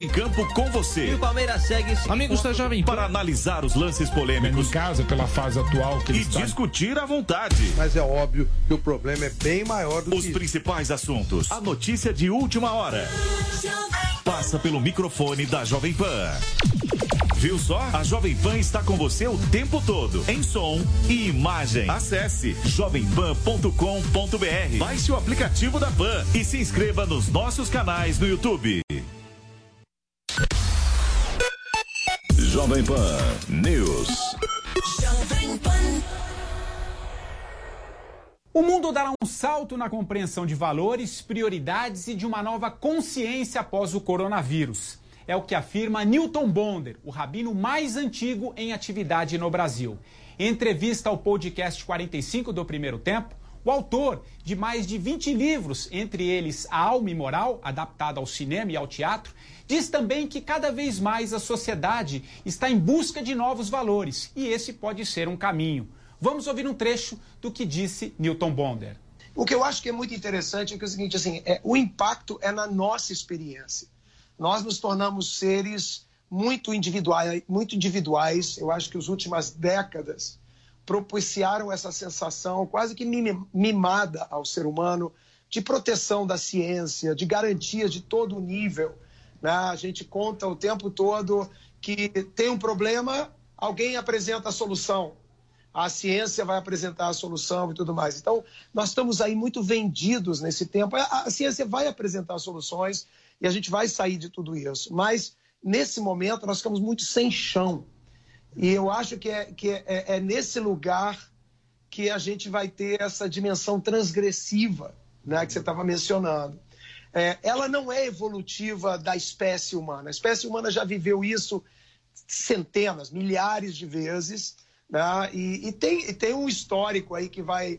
Em campo com você. E o Palmeiras segue... Amigos da Jovem Pan. Para analisar os lances polêmicos. Em casa, pela fase atual que ele está. E discutir à vontade. Mas é óbvio que o problema é bem maior do que os principais assuntos. A notícia de última hora. Passa pelo microfone da Jovem Pan. Viu só? A Jovem Pan está com você o tempo todo. Em som e imagem. Acesse jovempan.com.br. Baixe o aplicativo da Pan. E se inscreva nos nossos canais no YouTube. Jovem Pan News. Jovem Pan. O mundo dará um salto na compreensão de valores, prioridades e de uma nova consciência após o coronavírus. É o que afirma Newton Bonder, o rabino mais antigo em atividade no Brasil. Em entrevista ao podcast 45 do Primeiro Tempo, o autor de mais de 20 livros, entre eles A Alma e Moral, adaptado ao cinema e ao teatro, diz também que cada vez mais a sociedade está em busca de novos valores e esse pode ser um caminho. Vamos ouvir um trecho do que disse Newton Bonder. O que eu acho que é muito interessante é que é o seguinte, assim, o impacto é na nossa experiência. Nós nos tornamos seres muito individuais. Eu acho que as últimas décadas propiciaram essa sensação quase que mimada ao ser humano de proteção da ciência, de garantias de todo o nível. Né? A gente conta o tempo todo que tem um problema, alguém apresenta a solução. A ciência vai apresentar a solução e tudo mais. Então, nós estamos aí muito vendidos nesse tempo. A ciência vai apresentar soluções e a gente vai sair de tudo isso. Mas, nesse momento, nós ficamos muito sem chão. E eu acho que é nesse lugar que a gente vai ter essa dimensão transgressiva, né, que você estava mencionando. Ela não é evolutiva da espécie humana. A espécie humana já viveu isso centenas, milhares de vezes, né, e tem um histórico aí que vai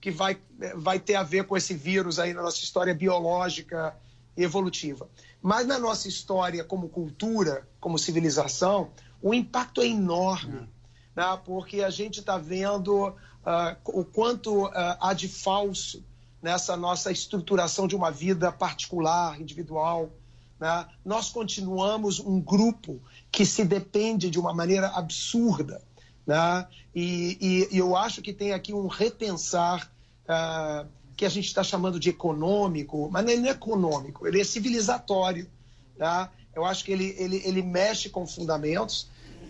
ter a ver com esse vírus aí na nossa história biológica e evolutiva. Mas na nossa história como cultura, como civilização, o impacto é enorme, né? Porque a gente está vendo o quanto há de falso nessa nossa estruturação de uma vida particular, individual. Né? Nós continuamos um grupo que se depende de uma maneira absurda. Né? E eu acho que tem aqui um repensar que a gente está chamando de econômico, mas ele não é econômico, ele é civilizatório. Tá? Eu acho que ele mexe com fundamentos.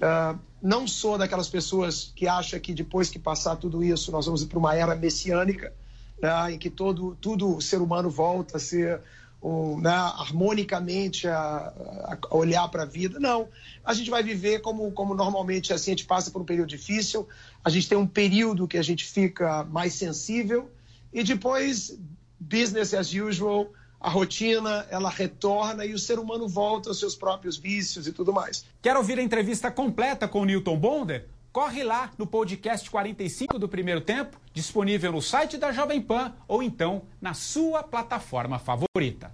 Não sou daquelas pessoas que acham que depois que passar tudo isso, nós vamos ir para uma era messiânica, né, em que todo ser humano volta a ser né, harmonicamente a olhar para a vida. Não, a gente vai viver como normalmente assim, a gente passa por um período difícil, a gente tem um período que a gente fica mais sensível e depois, business as usual, a rotina, ela retorna e o ser humano volta aos seus próprios vícios e tudo mais. Quer ouvir a entrevista completa com o Newton Bonder? Corre lá no podcast 45 do Primeiro Tempo, disponível no site da Jovem Pan ou então na sua plataforma favorita.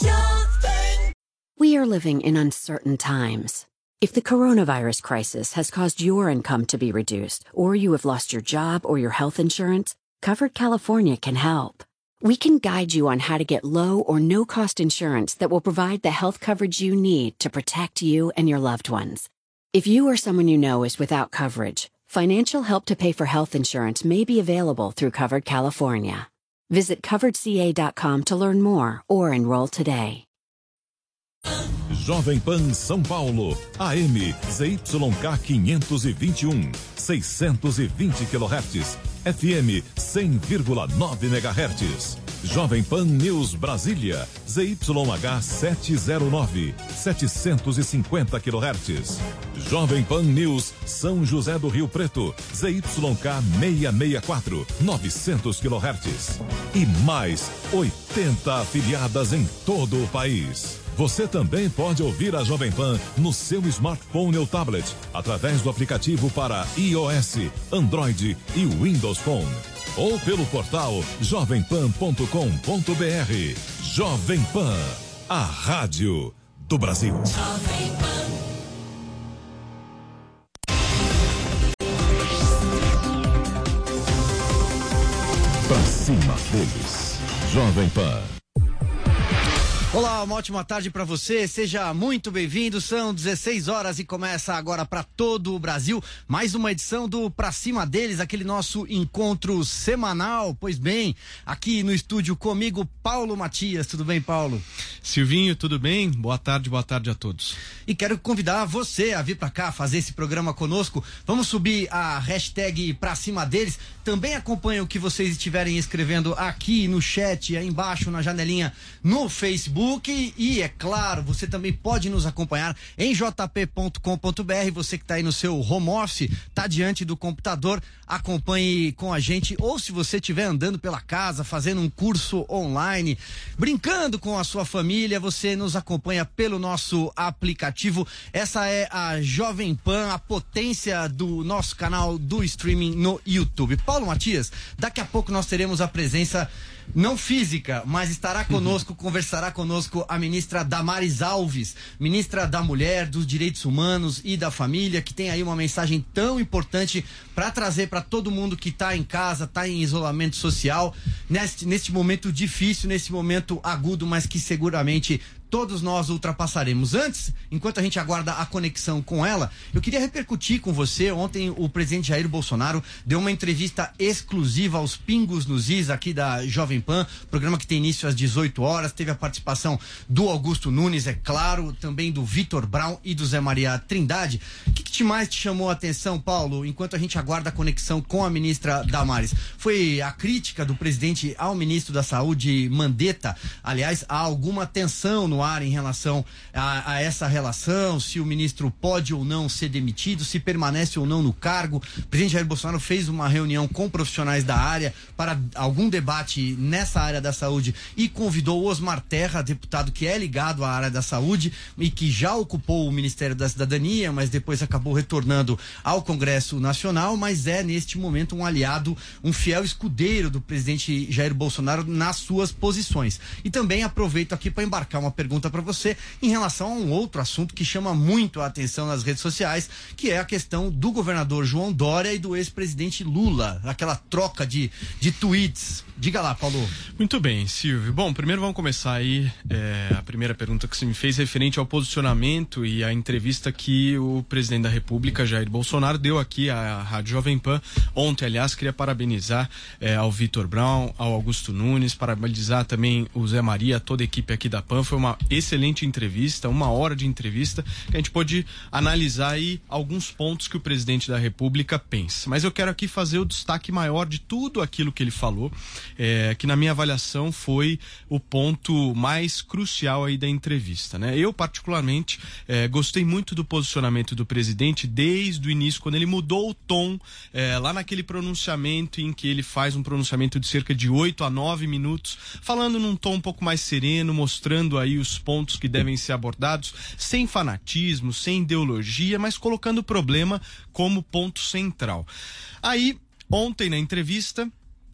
We are living in uncertain times. If the coronavirus crisis has caused your income to be reduced, or you have lost your job or your health insurance, Covered California can help. We can guide you on how to get low or no-cost insurance that will provide the health coverage you need to protect you and your loved ones. If you or someone you know is without coverage, financial help to pay for health insurance may be available through Covered California. Visit coveredca.com to learn more or enroll today. Jovem Pan São Paulo, AM ZYK 521, 620 kHz, FM 100,9 MHz. Jovem Pan News Brasília, ZYH 709, 750 kHz. Jovem Pan News São José do Rio Preto, ZYK 664, 900 kHz. E mais 80 afiliadas em todo o país. Você também pode ouvir a Jovem Pan no seu smartphone ou tablet, através do aplicativo para iOS, Android e Windows Phone. Ou pelo portal jovempan.com.br. Jovem Pan, a rádio do Brasil. Pra cima deles, Jovem Pan. Olá, uma ótima tarde para você, seja muito bem-vindo, são 16 horas e começa agora para todo o Brasil mais uma edição do Pra Cima Deles, aquele nosso encontro semanal. Pois bem, aqui no estúdio comigo, Paulo Matias. Tudo bem, Paulo? Silvinho, tudo bem? Boa tarde a todos. E quero convidar você a vir para cá fazer esse programa conosco. Vamos subir a hashtag Pra Cima Deles. Também acompanhe o que vocês estiverem escrevendo aqui no chat, aí embaixo na janelinha no Facebook. E é claro, você também pode nos acompanhar em jp.com.br. Você que está aí no seu home office, está diante do computador, acompanhe com a gente. Ou se você estiver andando pela casa, fazendo um curso online, brincando com a sua família, você nos acompanha pelo nosso aplicativo. Essa é a Jovem Pan, a potência do nosso canal do streaming no YouTube. Paulo Matias, daqui a pouco nós teremos a presença não física, mas estará conosco, conversará conosco a ministra Damares Alves, ministra da Mulher, dos Direitos Humanos e da Família, que tem aí uma mensagem tão importante para trazer para todo mundo que está em casa, está em isolamento social, neste momento difícil, nesse momento agudo, mas que seguramente todos nós ultrapassaremos. Antes, enquanto a gente aguarda a conexão com ela, eu queria repercutir com você. Ontem o presidente Jair Bolsonaro deu uma entrevista exclusiva aos Pingos nos Is aqui da Jovem Pan, programa que tem início às 18 horas, teve a participação do Augusto Nunes, é claro, também do Vitor Brown e do Zé Maria Trindade. O que mais te chamou a atenção, Paulo, enquanto a gente aguarda a conexão com a ministra Damares? Foi a crítica do presidente ao ministro da Saúde, Mandetta. Aliás, há alguma tensão no ar em relação a essa relação, se o ministro pode ou não ser demitido, se permanece ou não no cargo. O presidente Jair Bolsonaro fez uma reunião com profissionais da área para algum debate nessa área da saúde e convidou Osmar Terra, deputado que é ligado à área da saúde e que já ocupou o Ministério da Cidadania, mas depois acabou retornando ao Congresso Nacional, mas é neste momento um aliado, um fiel escudeiro do presidente Jair Bolsonaro nas suas posições. E também aproveito aqui para embarcar uma pergunta para você em relação a um outro assunto que chama muito a atenção nas redes sociais, que é a questão do governador João Dória e do ex-presidente Lula, aquela troca de tweets. Diga lá, Paulo. Muito bem, Silvio. Bom, primeiro vamos começar aí a primeira pergunta que você me fez referente ao posicionamento e à entrevista que o presidente da República, Jair Bolsonaro, deu aqui à Rádio Jovem Pan ontem. Aliás, queria parabenizar ao Vitor Brown, ao Augusto Nunes, parabenizar também o Zé Maria, toda a equipe aqui da Pan. Foi uma excelente entrevista, 1 hora de entrevista, que a gente pôde analisar aí alguns pontos que o presidente da República pensa. Mas eu quero aqui fazer o destaque maior de tudo aquilo que ele falou, que na minha avaliação foi o ponto mais crucial aí da entrevista, né? Eu particularmente gostei muito do posicionamento do presidente desde o início, quando ele mudou o tom, lá naquele pronunciamento em que ele faz um pronunciamento de cerca de 8 a 9 minutos, falando num tom um pouco mais sereno, mostrando aí os pontos que devem ser abordados, sem fanatismo, sem ideologia, mas colocando o problema como ponto central. Aí, ontem na entrevista,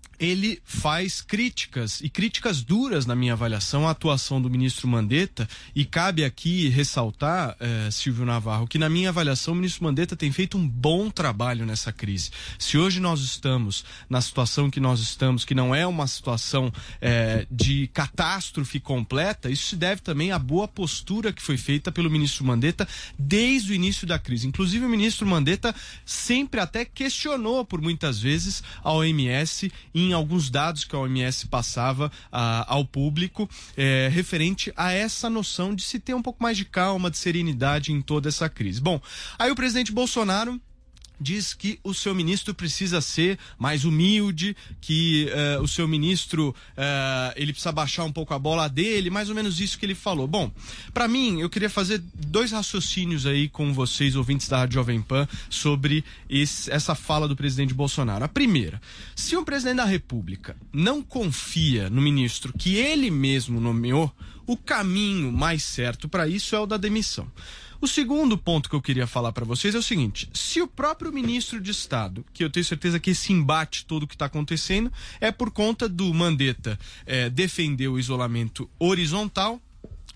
ele faz críticas, e críticas duras na minha avaliação, à atuação do ministro Mandetta, e cabe aqui ressaltar, Silvio Navarro, que na minha avaliação o ministro Mandetta tem feito um bom trabalho nessa crise. Se hoje nós estamos na situação que nós estamos, que não é uma situação de catástrofe completa, isso se deve também à boa postura que foi feita pelo ministro Mandetta desde o início da crise. Inclusive o ministro Mandetta sempre até questionou por muitas vezes a OMS em alguns dados que a OMS passava ao público referente a essa noção de se ter um pouco mais de calma, de serenidade em toda essa crise. Bom, aí o presidente Bolsonaro diz que o seu ministro precisa ser mais humilde, que o seu ministro ele precisa baixar um pouco a bola dele, mais ou menos isso que ele falou. Bom, para mim, eu queria fazer 2 raciocínios aí com vocês, ouvintes da Rádio Jovem Pan, sobre essa fala do presidente Bolsonaro. A primeira, se o presidente da República não confia no ministro que ele mesmo nomeou, o caminho mais certo para isso é o da demissão. O segundo ponto que eu queria falar para vocês é o seguinte: se o próprio ministro de Estado, que eu tenho certeza que esse embate todo que está acontecendo é por conta do Mandetta defender o isolamento horizontal,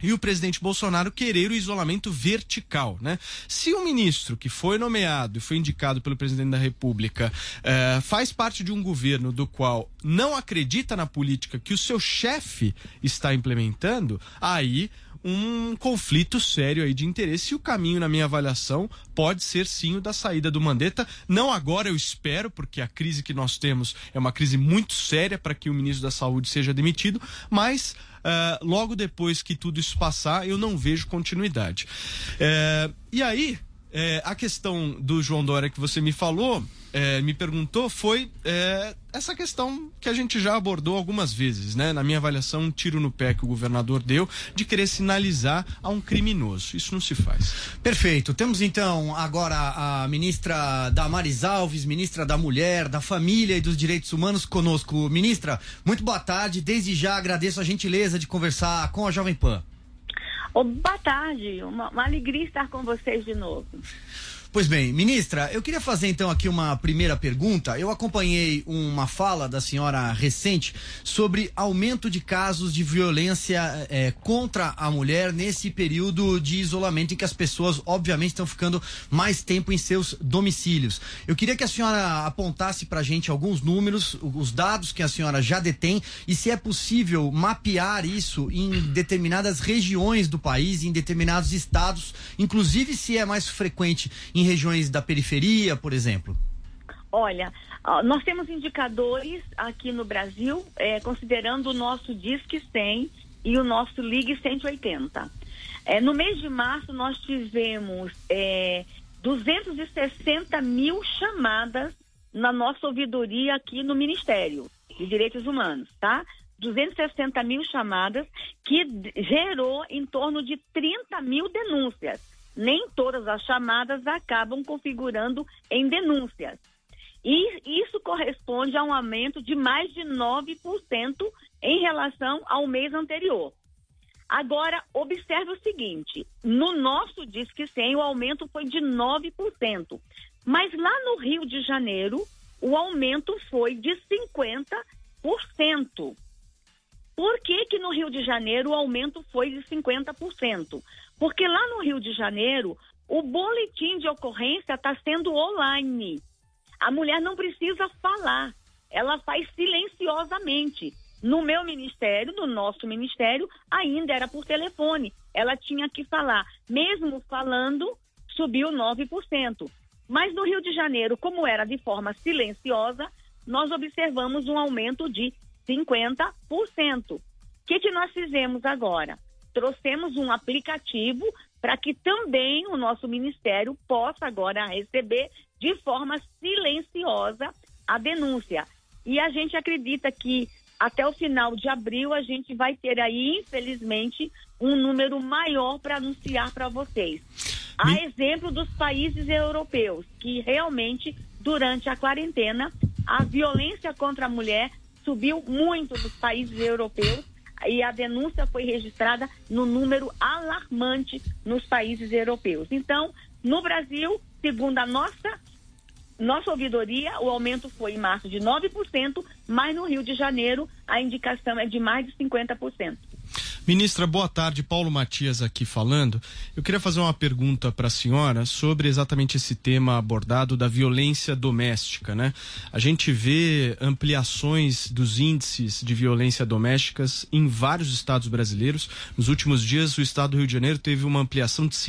e o presidente Bolsonaro querer o isolamento vertical, né? Se o ministro que foi nomeado e foi indicado pelo presidente da República faz parte de um governo do qual não acredita na política que o seu chefe está implementando, aí um conflito sério aí de interesse, e o caminho, na minha avaliação, pode ser sim o da saída do Mandetta. Não agora, eu espero, porque a crise que nós temos é uma crise muito séria para que o ministro da Saúde seja demitido, mas logo depois que tudo isso passar, eu não vejo continuidade. E aí, a questão do João Dória que você me falou, me perguntou, foi essa questão que a gente já abordou algumas vezes, né? Na minha avaliação, um tiro no pé que o governador deu de querer sinalizar a um criminoso. Isso não se faz. Perfeito. Temos então agora a ministra Damares Alves, ministra da Mulher, da Família e dos Direitos Humanos conosco. Ministra, muito boa tarde. Desde já agradeço a gentileza de conversar com a Jovem Pan. Boa tarde, uma alegria estar com vocês de novo. Pois bem, ministra, eu queria fazer então aqui uma primeira pergunta. Eu acompanhei uma fala da senhora recente sobre aumento de casos de violência contra a mulher nesse período de isolamento em que as pessoas obviamente estão ficando mais tempo em seus domicílios. Eu queria que a senhora apontasse pra gente alguns números, os dados que a senhora já detém e se é possível mapear isso em determinadas regiões do país, em determinados estados, inclusive se é mais frequente em regiões da periferia, por exemplo? Olha, nós temos indicadores aqui no Brasil, considerando o nosso Disque 100 e o nosso Ligue 180. No mês de março, nós tivemos 260 mil chamadas na nossa ouvidoria aqui no Ministério de Direitos Humanos, tá? 260 mil chamadas, que gerou em torno de 30 mil denúncias. Nem todas as chamadas acabam configurando em denúncias. E isso corresponde a um aumento de mais de 9% em relação ao mês anterior. Agora, observe o seguinte, no nosso Disque 100 o aumento foi de 9%, mas lá no Rio de Janeiro o aumento foi de 50%. Por que no Rio de Janeiro o aumento foi de 50%? Porque lá no Rio de Janeiro, o boletim de ocorrência está sendo online. A mulher não precisa falar, ela faz silenciosamente. No meu ministério, no nosso ministério, ainda era por telefone. Ela tinha que falar. Mesmo falando, subiu 9%. Mas no Rio de Janeiro, como era de forma silenciosa, nós observamos um aumento de 50%. O que nós fizemos agora? Trouxemos um aplicativo para que também o nosso ministério possa agora receber de forma silenciosa a denúncia. E a gente acredita que até o final de abril a gente vai ter aí, infelizmente, um número maior para anunciar para vocês. A exemplo dos países europeus, que realmente, durante a quarentena, a violência contra a mulher subiu muito nos países europeus e a denúncia foi registrada no número alarmante nos países europeus. Então, no Brasil, segundo a nossa ouvidoria, o aumento foi em março de 9%, mas no Rio de Janeiro a indicação é de mais de 50%. Ministra, boa tarde. Paulo Matias aqui falando. Eu queria fazer uma pergunta para a senhora sobre exatamente esse tema abordado da violência doméstica, né? A gente vê ampliações dos índices de violência domésticas em vários estados brasileiros. Nos últimos dias, o estado do Rio de Janeiro teve uma ampliação de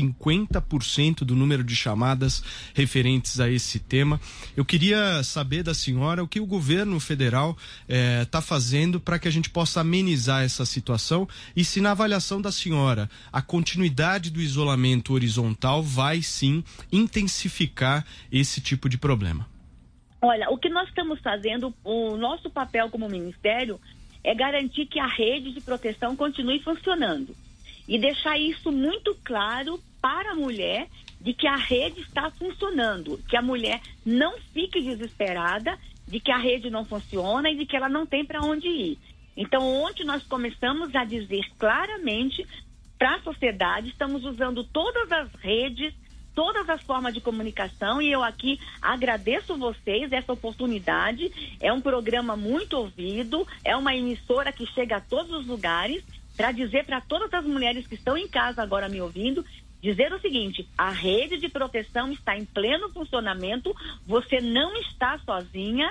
50% do número de chamadas referentes a esse tema. Eu queria saber da senhora o que o governo federal está fazendo para que a gente possa amenizar essa situação e se na avaliação da senhora a continuidade do isolamento horizontal vai sim intensificar esse tipo de problema. Olha, o que nós estamos fazendo, o nosso papel como ministério é garantir que a rede de proteção continue funcionando e deixar isso muito claro para a mulher de que a rede está funcionando, que a mulher não fique desesperada de que a rede não funciona e de que ela não tem para onde ir. Então, ontem nós começamos a dizer claramente para a sociedade, estamos usando todas as redes, todas as formas de comunicação, e eu aqui agradeço vocês essa oportunidade. É um programa muito ouvido, é uma emissora que chega a todos os lugares, para dizer para todas as mulheres que estão em casa agora me ouvindo, dizer o seguinte: a rede de proteção está em pleno funcionamento, você não está sozinha,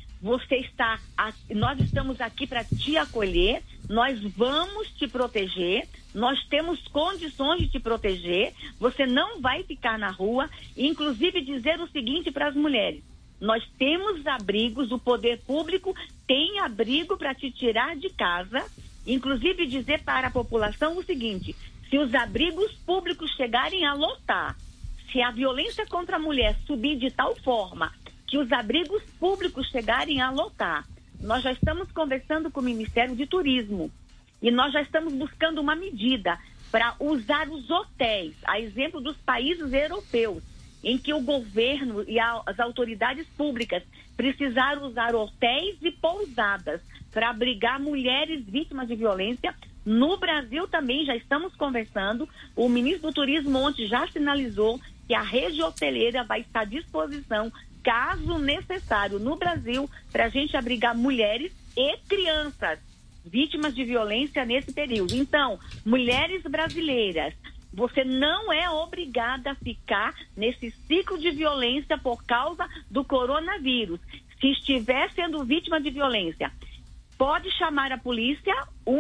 nós estamos aqui para te acolher, nós vamos te proteger, nós temos condições de te proteger, você não vai ficar na rua. Inclusive dizer o seguinte para as mulheres: nós temos abrigos, o poder público tem abrigo para te tirar de casa. Inclusive dizer para a população o seguinte: se os abrigos públicos chegarem a lotar, se a violência contra a mulher subir de tal forma que os abrigos públicos chegarem a lotar, nós já estamos conversando com o Ministério de Turismo e nós já estamos buscando uma medida para usar os hotéis, a exemplo dos países europeus, em que o governo e as autoridades públicas precisaram usar hotéis e pousadas para abrigar mulheres vítimas de violência. No Brasil também já estamos conversando. O ministro do Turismo ontem já sinalizou que a rede hoteleira vai estar à disposição, caso necessário, no Brasil, para a gente abrigar mulheres e crianças vítimas de violência nesse período. Então, mulheres brasileiras, você não é obrigada a ficar nesse ciclo de violência por causa do coronavírus. Se estiver sendo vítima de violência, pode chamar a polícia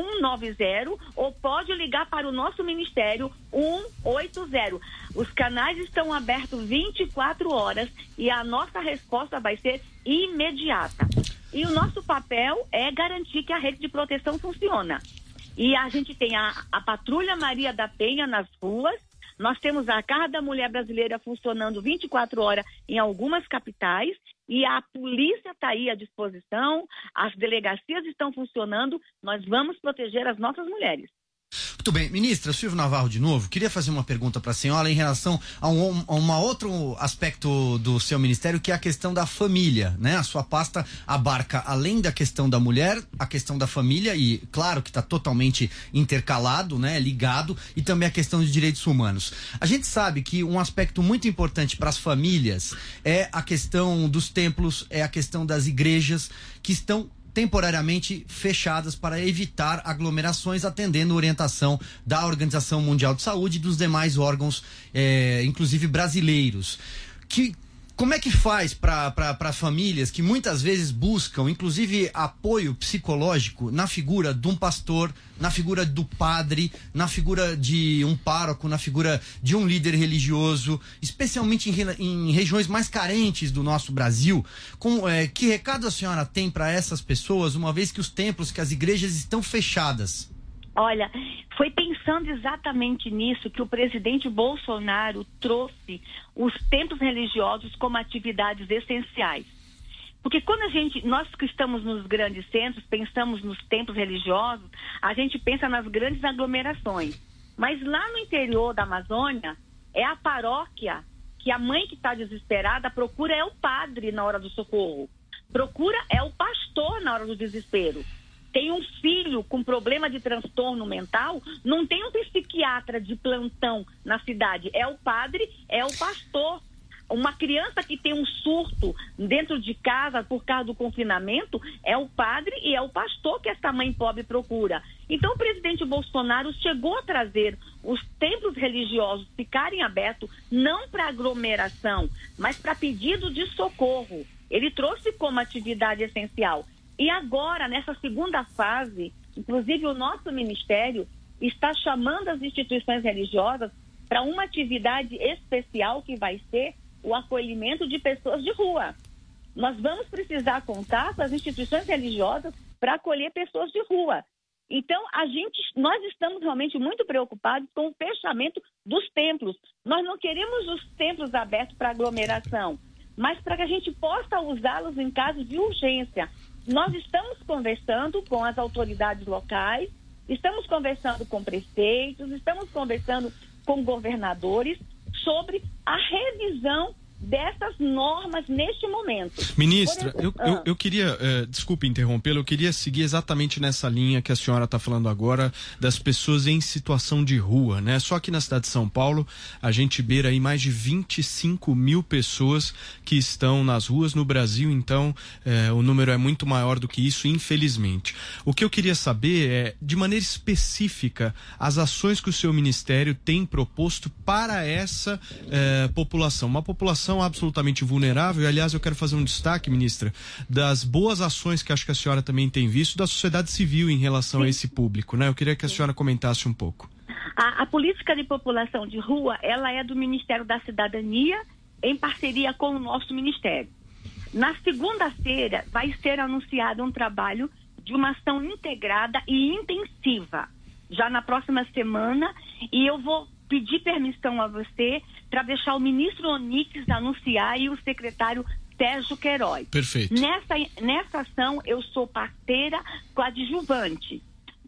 190 ou pode ligar para o nosso ministério 180. Os canais estão abertos 24 horas e a nossa resposta vai ser imediata. E o nosso papel é garantir que a rede de proteção funciona. E a gente tem a Patrulha Maria da Penha nas ruas, nós temos a Casa da Mulher Brasileira funcionando 24 horas em algumas capitais e a polícia está aí à disposição, as delegacias estão funcionando, nós vamos proteger as nossas mulheres. Muito bem, ministra, Silvio Navarro de novo, queria fazer uma pergunta para a senhora em relação a um outro aspecto do seu ministério, que é a questão da família, né? A sua pasta abarca, além da questão da mulher, a questão da família, e claro que está totalmente intercalado, né? Ligado, e também a questão de direitos humanos. A gente sabe que um aspecto muito importante para as famílias é a questão dos templos, é a questão das igrejas que estão temporariamente fechadas para evitar aglomerações, atendendo a orientação da Organização Mundial de Saúde e dos demais órgãos, inclusive brasileiros. Como é que faz para famílias que muitas vezes buscam, inclusive, apoio psicológico na figura de um pastor, na figura do padre, na figura de um pároco, na figura de um líder religioso, especialmente em regiões mais carentes do nosso Brasil? Que recado a senhora tem para essas pessoas, uma vez que os templos, que as igrejas estão fechadas? Olha, foi pensando exatamente nisso que o presidente Bolsonaro trouxe os templos religiosos como atividades essenciais. Porque quando nós que estamos nos grandes centros, pensamos nos templos religiosos, a gente pensa nas grandes aglomerações. Mas lá no interior da Amazônia, é a paróquia que a mãe que está desesperada procura é o padre na hora do socorro. Procura é o pastor na hora do desespero. Tem um filho com problema de transtorno mental, não tem um psiquiatra de plantão na cidade, é o padre, é o pastor. Uma criança que tem um surto dentro de casa por causa do confinamento, é o padre e é o pastor que essa mãe pobre procura. Então o presidente Bolsonaro chegou a trazer os templos religiosos ficarem abertos, não para aglomeração, mas para pedido de socorro. Ele trouxe como atividade essencial. E agora, nessa segunda fase, inclusive o nosso ministério está chamando as instituições religiosas para uma atividade especial que vai ser o acolhimento de pessoas de rua. Nós vamos precisar contar com as instituições religiosas para acolher pessoas de rua. Então, nós estamos realmente muito preocupados com o fechamento dos templos. Nós não queremos os templos abertos para aglomeração, mas para que a gente possa usá-los em caso de urgência. Nós estamos conversando com as autoridades locais, estamos conversando com prefeitos, estamos conversando com governadores sobre a revisão dessas normas neste momento. Ministra, eu queria, desculpe interrompê-la, eu queria seguir exatamente nessa linha que a senhora está falando agora, das pessoas em situação de rua, né? Só que na cidade de São Paulo, a gente beira aí mais de 25 mil pessoas que estão nas ruas. No Brasil, então, o número é muito maior do que isso, infelizmente. O que eu queria saber é, de maneira específica, as ações que o seu ministério tem proposto para essa população, uma população absolutamente vulnerável. E, aliás, eu quero fazer um destaque, ministra, das boas ações que acho que a senhora também tem visto da sociedade civil em relação a esse público, né? Eu queria que a senhora comentasse um pouco. A política de população de rua, ela é do Ministério da Cidadania em parceria com o nosso ministério. Na segunda-feira vai ser anunciado um trabalho de uma ação integrada e intensiva, já na próxima semana, e eu vou pedir permissão a você para deixar o ministro Onyx anunciar e o secretário Sérgio Queiroz. Perfeito. Nessa ação eu sou parceira coadjuvante.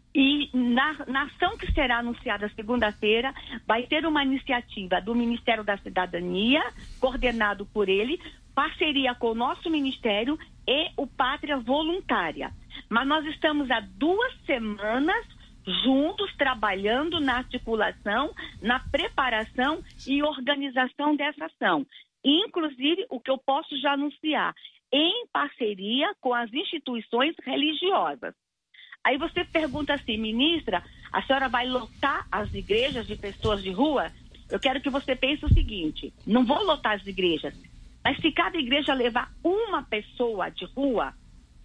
E na ação que será anunciada segunda-feira, vai ter uma iniciativa do Ministério da Cidadania, coordenado por ele, parceria com o nosso Ministério e o Pátria Voluntária. Mas nós estamos há 2 semanas juntos, trabalhando na articulação, na preparação e organização dessa ação. Inclusive, o que eu posso já anunciar, em parceria com as instituições religiosas. Aí você pergunta assim, ministra, a senhora vai lotar as igrejas de pessoas de rua? Eu quero que você pense o seguinte, não vou lotar as igrejas, mas se cada igreja levar uma pessoa de rua,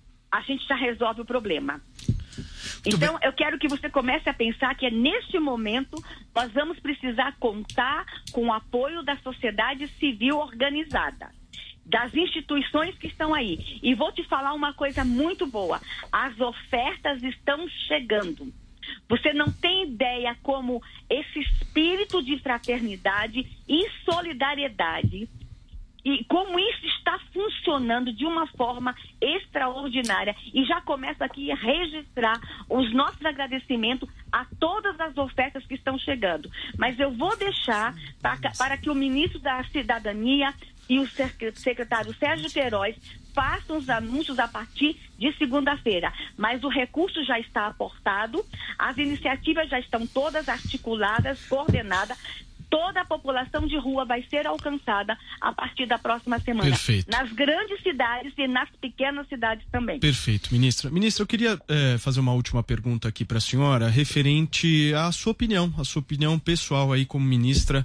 a gente já resolve o problema. Então, eu quero que você comece a pensar que neste momento nós vamos precisar contar com o apoio da sociedade civil organizada, das instituições que estão aí. E vou te falar uma coisa muito boa, as ofertas estão chegando. Você não tem ideia como esse espírito de fraternidade e solidariedade e como isso está funcionando de uma forma extraordinária. E já começo aqui a registrar os nossos agradecimentos a todas as ofertas que estão chegando. Mas eu vou deixar para que o ministro da Cidadania e o secretário Sérgio Queiroz façam os anúncios a partir de segunda-feira. Mas o recurso já está aportado, as iniciativas já estão todas articuladas, coordenadas. Toda a população de rua vai ser alcançada a partir da próxima semana. Perfeito. Nas grandes cidades e nas pequenas cidades também. Perfeito, ministra. Ministra, eu queria fazer uma última pergunta aqui para a senhora, referente à sua opinião pessoal aí como ministra,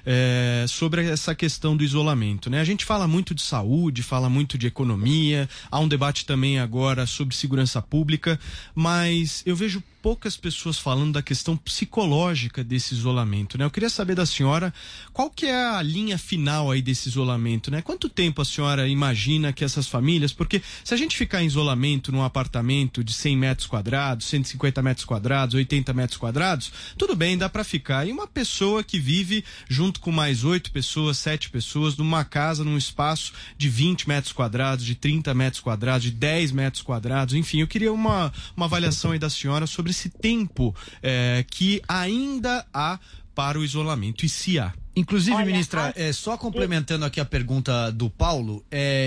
sobre essa questão do isolamento, né? A gente fala muito de saúde, fala muito de economia, há um debate também agora sobre segurança pública, mas eu vejo poucas pessoas falando da questão psicológica desse isolamento, né? Eu queria saber da senhora qual que é a linha final aí desse isolamento, né? Quanto tempo a senhora imagina que essas famílias, porque se a gente ficar em isolamento num apartamento de 100 metros quadrados, 150 metros quadrados, 80 metros quadrados, tudo bem, dá para ficar. E uma pessoa que vive junto com mais 8 pessoas, 7 pessoas, numa casa, num espaço de 20 metros quadrados, de 30 metros quadrados, de 10 metros quadrados, enfim, eu queria uma avaliação aí da senhora sobre esse tempo que ainda há para o isolamento, e se há. Inclusive, ministra, só complementando aqui a pergunta do Paulo,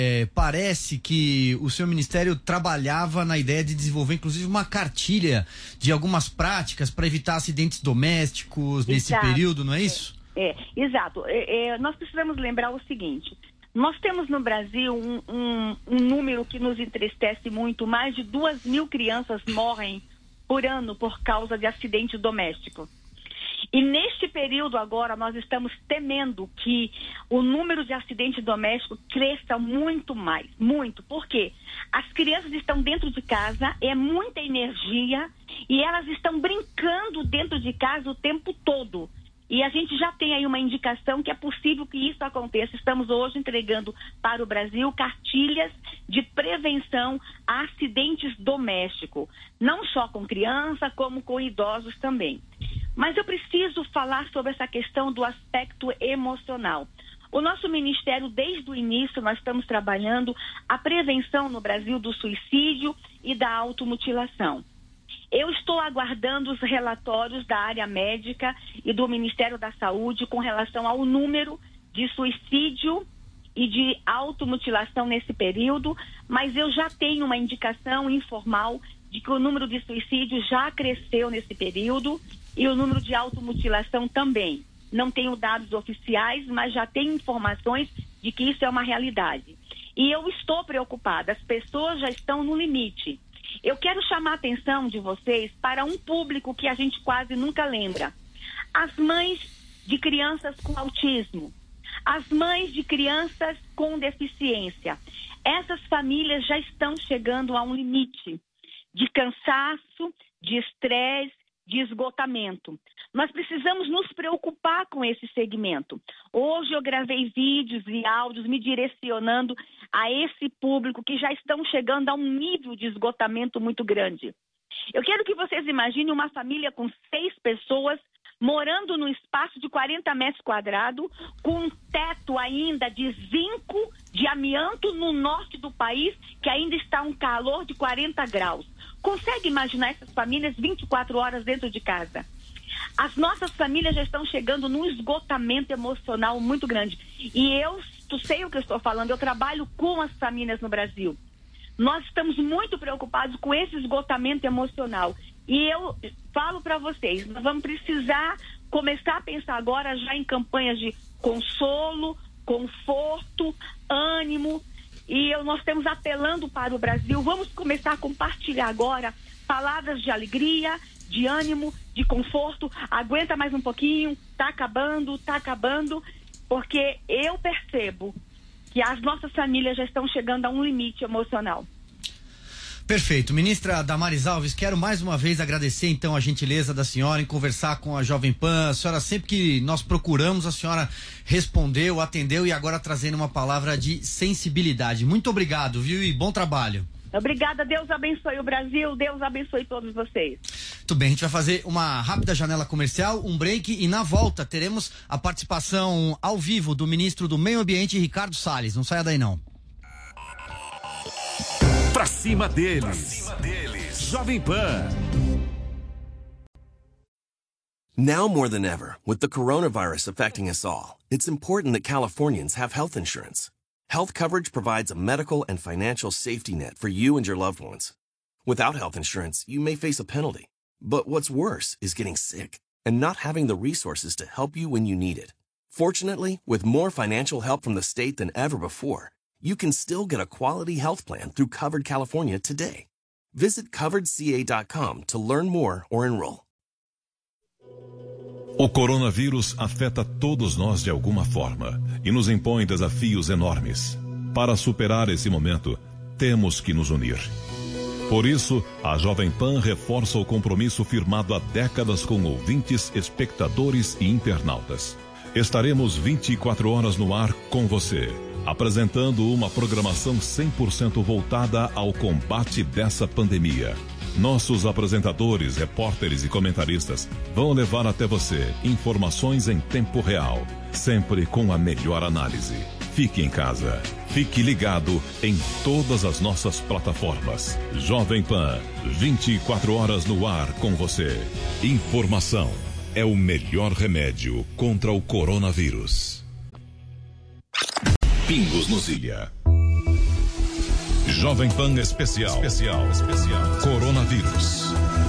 parece que o seu ministério trabalhava na ideia de desenvolver, inclusive, uma cartilha de algumas práticas para evitar acidentes domésticos nesse período, não é isso? Exato. Nós precisamos lembrar o seguinte, nós temos no Brasil um número que nos entristece muito, mais de 2.000 crianças morrem por ano por causa de acidente doméstico. E neste período agora nós estamos temendo que o número de acidentes domésticos cresça muito mais, muito. Por quê? As crianças estão dentro de casa, é muita energia e elas estão brincando dentro de casa o tempo todo. E a gente já tem aí uma indicação que é possível que isso aconteça. Estamos hoje entregando para o Brasil cartilhas de prevenção a acidentes domésticos, não só com criança, como com idosos também. Mas eu preciso falar sobre essa questão do aspecto emocional. O nosso ministério, desde o início, nós estamos trabalhando a prevenção no Brasil do suicídio e da automutilação. Eu estou aguardando os relatórios da área médica e do Ministério da Saúde com relação ao número de suicídio e de automutilação nesse período, mas eu já tenho uma indicação informal de que o número de suicídios já cresceu nesse período e o número de automutilação também. Não tenho dados oficiais, mas já tenho informações de que isso é uma realidade. E eu estou preocupada, as pessoas já estão no limite. Eu quero chamar a atenção de vocês para um público que a gente quase nunca lembra. As mães de crianças com autismo, as mães de crianças com deficiência. Essas famílias já estão chegando a um limite de cansaço, de estresse, de esgotamento. Nós precisamos nos preocupar com esse segmento. Hoje eu gravei vídeos e áudios me direcionando a esse público que já estão chegando a um nível de esgotamento muito grande. Eu quero que vocês imaginem uma família com 6 pessoas morando num espaço de 40 metros quadrados, com um teto ainda de zinco, de amianto no norte do país, que ainda está um calor de 40 graus. Consegue imaginar essas famílias 24 horas dentro de casa? As nossas famílias já estão chegando num esgotamento emocional muito grande. E tu sei o que eu estou falando, eu trabalho com as famílias no Brasil. Nós estamos muito preocupados com esse esgotamento emocional. E eu falo para vocês, nós vamos precisar começar a pensar agora já em campanhas de consolo, conforto, ânimo. E nós estamos apelando para o Brasil. Vamos começar a compartilhar agora palavras de alegria, de ânimo, de conforto. Aguenta mais um pouquinho, tá acabando, porque eu percebo que as nossas famílias já estão chegando a um limite emocional. Perfeito. Ministra Damares Alves, quero mais uma vez agradecer então a gentileza da senhora em conversar com a Jovem Pan. A senhora, sempre que nós procuramos, a senhora respondeu, atendeu e agora trazendo uma palavra de sensibilidade. Muito obrigado, viu? E bom trabalho. Obrigada, Deus abençoe o Brasil, Deus abençoe todos vocês. Muito bem, a gente vai fazer uma rápida janela comercial, um break e na volta teremos a participação ao vivo do ministro do Meio Ambiente, Ricardo Salles. Não saia daí não. Pra cima deles. Jovem Pan. Now more than ever, with the coronavirus affecting us all, it's important that Californians have health insurance. Health coverage provides a medical and financial safety net for you and your loved ones. Without health insurance, you may face a penalty. But what's worse is getting sick and not having the resources to help you when you need it. Fortunately, with more financial help from the state than ever before, you can still get a quality health plan through Covered California today. Visit coveredca.com to learn more or enroll. O coronavírus afeta todos nós de alguma forma e nos impõe desafios enormes. Para superar esse momento, temos que nos unir. Por isso, a Jovem Pan reforça o compromisso firmado há décadas com ouvintes, espectadores e internautas. Estaremos 24 horas no ar com você, apresentando uma programação 100% voltada ao combate dessa pandemia. Nossos apresentadores, repórteres e comentaristas vão levar até você informações em tempo real, sempre com a melhor análise. Fique em casa, fique ligado em todas as nossas plataformas. Jovem Pan, 24 horas no ar com você. Informação é o melhor remédio contra o coronavírus. Pingos nos Ilha. Jovem Pan Especial. Coronavírus.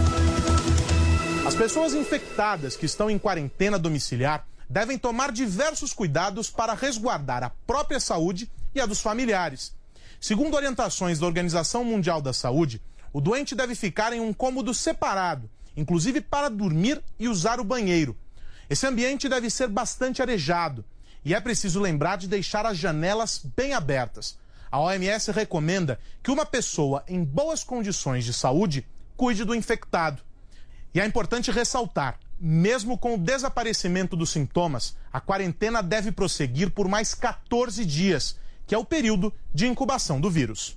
As pessoas infectadas que estão em quarentena domiciliar devem tomar diversos cuidados para resguardar a própria saúde e a dos familiares. Segundo orientações da Organização Mundial da Saúde, o doente deve ficar em um cômodo separado, inclusive para dormir e usar o banheiro. Esse ambiente deve ser bastante arejado e é preciso lembrar de deixar as janelas bem abertas. A OMS recomenda que uma pessoa em boas condições de saúde cuide do infectado. E é importante ressaltar, mesmo com o desaparecimento dos sintomas, a quarentena deve prosseguir por mais 14 dias, que é o período de incubação do vírus.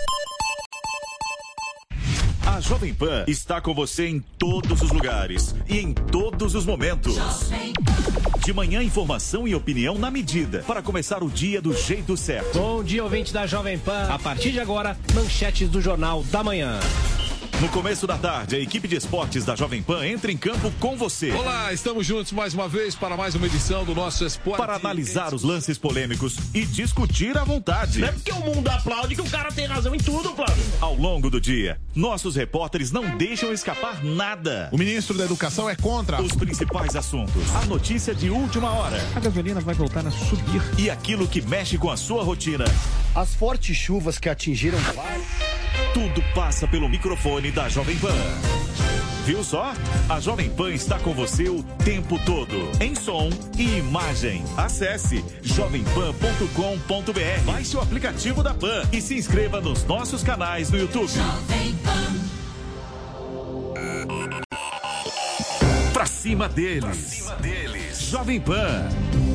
A Jovem Pan está com você em todos os lugares e em todos os momentos. De manhã, informação e opinião na medida, para começar o dia do jeito certo. Bom dia, ouvinte da Jovem Pan. A partir de agora, manchetes do Jornal da Manhã. No começo da tarde, a equipe de esportes da Jovem Pan entra em campo com você. Olá, estamos juntos mais uma vez para mais uma edição do nosso Esporte. Para analisar os lances polêmicos e discutir à vontade. Não é porque o mundo aplaude que o cara tem razão em tudo, Flávio. Ao longo do dia, nossos repórteres não deixam escapar nada. O ministro da Educação é contra os principais assuntos. A notícia de última hora. A gasolina vai voltar a subir. E aquilo que mexe com a sua rotina. As fortes chuvas que atingiram... Tudo passa pelo microfone da Jovem Pan. Viu só? A Jovem Pan está com você o tempo todo, em som e imagem. Acesse jovempan.com.br, baixe o aplicativo da Pan e se inscreva nos nossos canais no YouTube. Jovem Pan. Pra cima deles. Jovem Pan.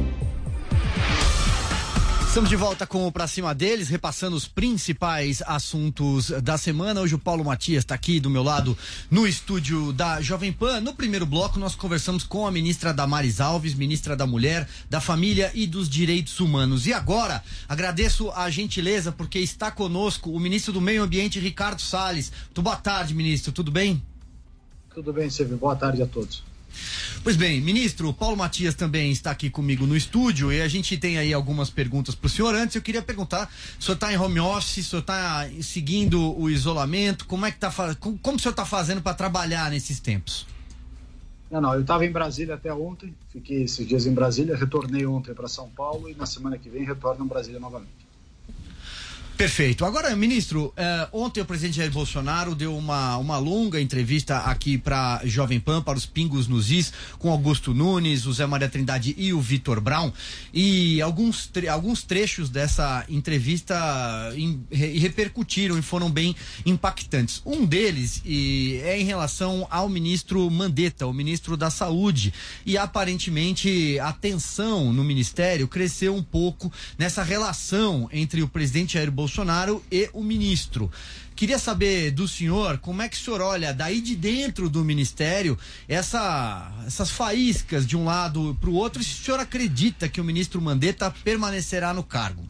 Estamos de volta com o Pra Cima Deles, repassando os principais assuntos da semana. Hoje o Paulo Matias está aqui do meu lado no estúdio da Jovem Pan. No primeiro bloco nós conversamos com a ministra Damares Alves, ministra da Mulher, da Família e dos Direitos Humanos. E agora agradeço a gentileza porque está conosco o ministro do Meio Ambiente, Ricardo Salles. Muito boa tarde, ministro, tudo bem? Tudo bem, Silvio. Boa tarde a todos. Pois bem, ministro, o Paulo Matias também está aqui comigo no estúdio e a gente tem aí algumas perguntas para o senhor. Antes eu queria perguntar, o senhor está em home office, o senhor está seguindo o isolamento, como o senhor está fazendo para trabalhar nesses tempos? Não, eu estava em Brasília até ontem, fiquei esses dias em Brasília, retornei ontem para São Paulo e na semana que vem retorno a Brasília novamente. Perfeito. Agora, ministro, ontem o presidente Jair Bolsonaro deu uma longa entrevista aqui para Jovem Pan, para os Pingos nos Is, com Augusto Nunes, o Zé Maria Trindade e o Vitor Brown. E alguns trechos dessa entrevista repercutiram e foram bem impactantes. Um deles é em relação ao ministro Mandetta, o ministro da Saúde. E aparentemente a tensão no ministério cresceu um pouco nessa relação entre o presidente Jair Bolsonaro e o ministro. Queria saber do senhor como é que o senhor olha daí de dentro do ministério essas faíscas de um lado para o outro e se o senhor acredita que o ministro Mandetta permanecerá no cargo.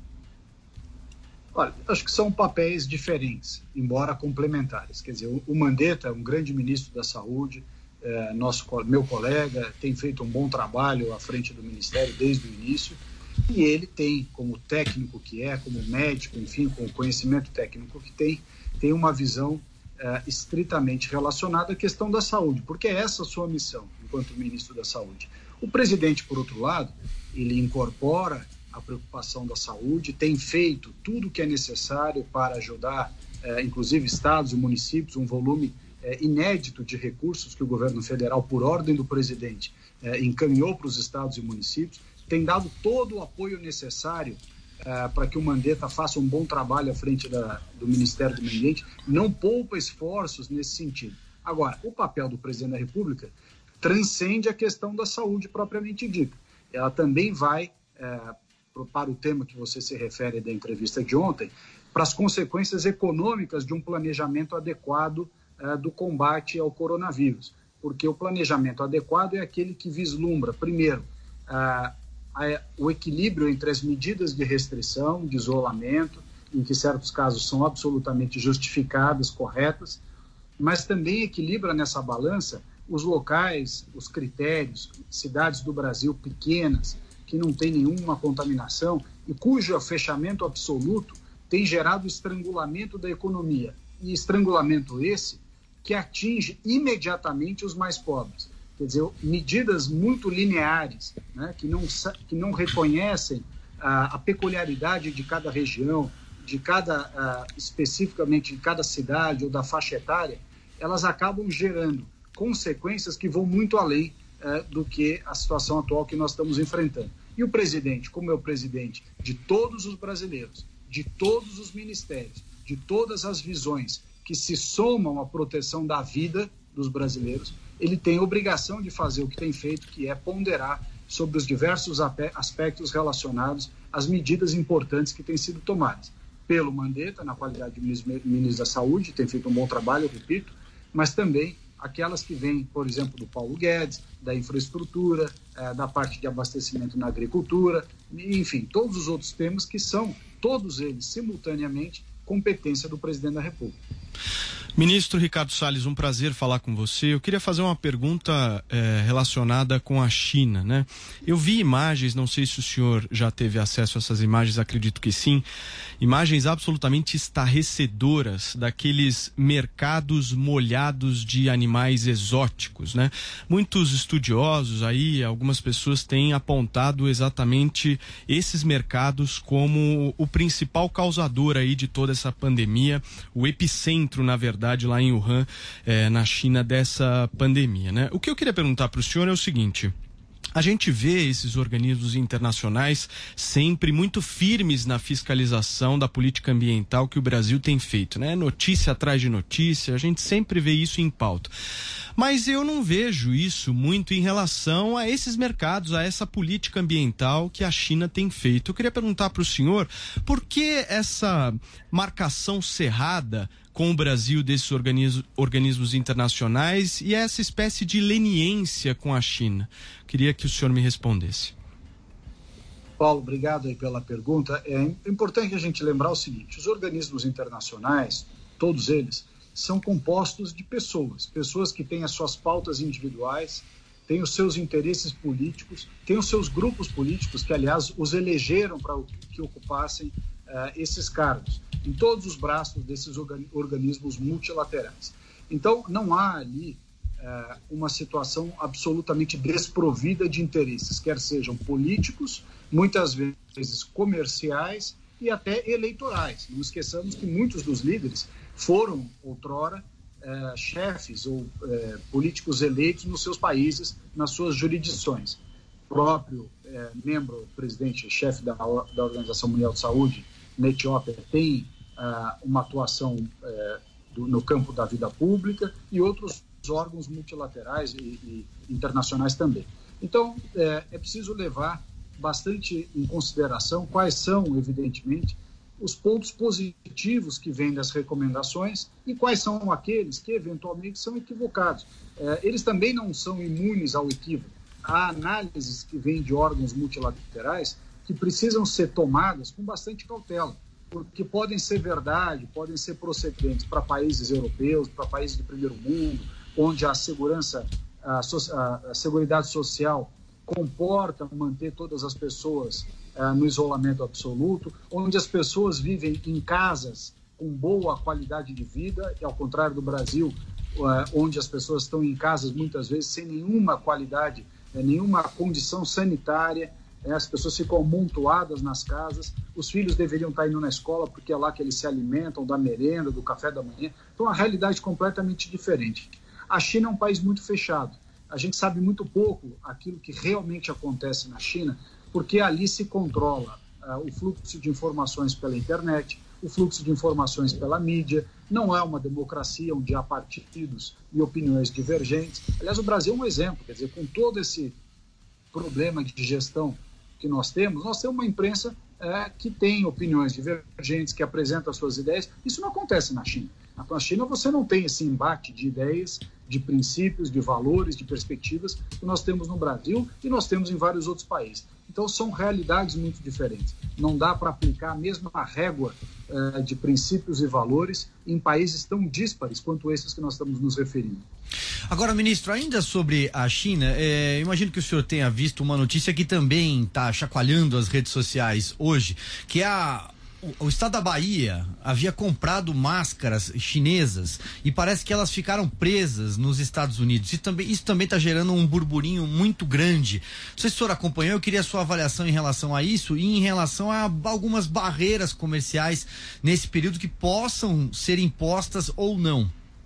Olha, acho que são papéis diferentes, embora complementares. Quer dizer, o Mandetta é um grande ministro da Saúde, meu colega, tem feito um bom trabalho à frente do ministério desde o início. E ele tem, como técnico que é, como médico, enfim, com o conhecimento técnico que tem uma visão estritamente relacionada à questão da saúde, porque é essa a sua missão enquanto ministro da Saúde. O presidente, por outro lado, ele incorpora a preocupação da saúde, tem feito tudo o que é necessário para ajudar, inclusive estados e municípios, um volume inédito de recursos que o governo federal, por ordem do presidente, encaminhou para os estados e municípios, tem dado todo o apoio necessário para que o Mandetta faça um bom trabalho à frente do Ministério do Meio Ambiente, não poupa esforços nesse sentido. Agora, o papel do presidente da República transcende a questão da saúde propriamente dita. Ela também vai, para o tema que você se refere da entrevista de ontem, para as consequências econômicas de um planejamento adequado do combate ao coronavírus. Porque o planejamento adequado é aquele que vislumbra, primeiro, o equilíbrio entre as medidas de restrição, de isolamento, em que certos casos são absolutamente justificadas, corretas, mas também equilibra nessa balança os locais, os critérios, cidades do Brasil pequenas, que não tem nenhuma contaminação e cujo fechamento absoluto tem gerado estrangulamento da economia. E estrangulamento esse que atinge imediatamente os mais pobres. Quer dizer, medidas muito lineares, né, que não reconhecem a peculiaridade de cada região, especificamente de cada cidade ou da faixa etária, elas acabam gerando consequências que vão muito além do que a situação atual que nós estamos enfrentando. E o presidente, como é o presidente de todos os brasileiros, de todos os ministérios, de todas as visões que se somam à proteção da vida dos brasileiros, ele tem a obrigação de fazer o que tem feito, que é ponderar sobre os diversos aspectos relacionados às medidas importantes que têm sido tomadas. Pelo Mandetta, na qualidade de ministro da Saúde, tem feito um bom trabalho, eu repito, mas também aquelas que vêm, por exemplo, do Paulo Guedes, da infraestrutura, da parte de abastecimento na agricultura, enfim, todos os outros temas que são, todos eles, simultaneamente, competência do presidente da República. Ministro Ricardo Salles, um prazer falar com você. Eu queria fazer uma pergunta relacionada com a China, né? Eu vi imagens, não sei se o senhor já teve acesso a essas imagens, acredito que sim, imagens absolutamente estarrecedoras daqueles mercados molhados de animais exóticos, né? Muitos estudiosos aí, algumas pessoas têm apontado exatamente esses mercados como o principal causador aí de toda essa pandemia, o epicentro, na verdade, lá em Wuhan, na China, dessa pandemia, né? O que eu queria perguntar para o senhor é o seguinte: a gente vê esses organismos internacionais sempre muito firmes na fiscalização da política ambiental que o Brasil tem feito, né? Notícia atrás de notícia, a gente sempre vê isso em pauta. Mas eu não vejo isso muito em relação a esses mercados, a essa política ambiental que a China tem feito. Eu queria perguntar para o senhor por que essa marcação cerrada com o Brasil desses organismos internacionais e essa espécie de leniência com a China. Queria que o senhor me respondesse. Paulo, obrigado aí pela pergunta. É importante a gente lembrar o seguinte: os organismos internacionais, todos eles, são compostos de pessoas que têm as suas pautas individuais, têm os seus interesses políticos, têm os seus grupos políticos, que, aliás, os elegeram para que ocupassem esses cargos, em todos os braços desses organismos multilaterais. Então, não há ali uma situação absolutamente desprovida de interesses, quer sejam políticos, muitas vezes comerciais e até eleitorais. Não esqueçamos que muitos dos líderes foram, outrora, chefes ou políticos eleitos nos seus países, nas suas jurisdições. O próprio presidente, chefe da Organização Mundial de Saúde, na Etiópia, tem uma atuação no campo da vida pública, e outros órgãos multilaterais e internacionais também. Então, é preciso levar bastante em consideração quais são, evidentemente, os pontos positivos que vêm das recomendações e quais são aqueles que, eventualmente, são equivocados. Eles também não são imunes ao equívoco. Há análises que vêm de órgãos multilaterais que precisam ser tomadas com bastante cautela, porque podem ser verdade, podem ser procedentes para países europeus, para países de primeiro mundo, onde a segurança, a seguridade social comporta manter todas as pessoas no isolamento absoluto, onde as pessoas vivem em casas com boa qualidade de vida, e ao contrário do Brasil, onde as pessoas estão em casas muitas vezes sem nenhuma qualidade, nenhuma condição sanitária, as pessoas ficam amontoadas nas casas, os filhos deveriam estar indo na escola porque é lá que eles se alimentam, da merenda, do café da manhã. Então, a realidade é completamente diferente. A China é um país muito fechado. A gente sabe muito pouco aquilo que realmente acontece na China, porque ali se controla o fluxo de informações pela internet, o fluxo de informações pela mídia. Não é uma democracia onde há partidos e opiniões divergentes. Aliás, o Brasil é um exemplo, quer dizer, com todo esse problema de gestão que nós temos uma imprensa que tem opiniões divergentes, que apresenta suas ideias. Isso não acontece na China. Na China você não tem esse embate de ideias, de princípios, de valores, de perspectivas que nós temos no Brasil e nós temos em vários outros países. Então são realidades muito diferentes. Não dá para aplicar a mesma régua de princípios e valores em países tão díspares quanto esses que nós estamos nos referindo. Agora, ministro, ainda sobre a China, imagino que o senhor tenha visto uma notícia que também está chacoalhando as redes sociais hoje, que é o estado da Bahia havia comprado máscaras chinesas e parece que elas ficaram presas nos Estados Unidos. Isso também está gerando um burburinho muito grande. Não sei se o senhor acompanhou, eu queria a sua avaliação em relação a isso e em relação a algumas barreiras comerciais nesse período que possam ser impostas ou não.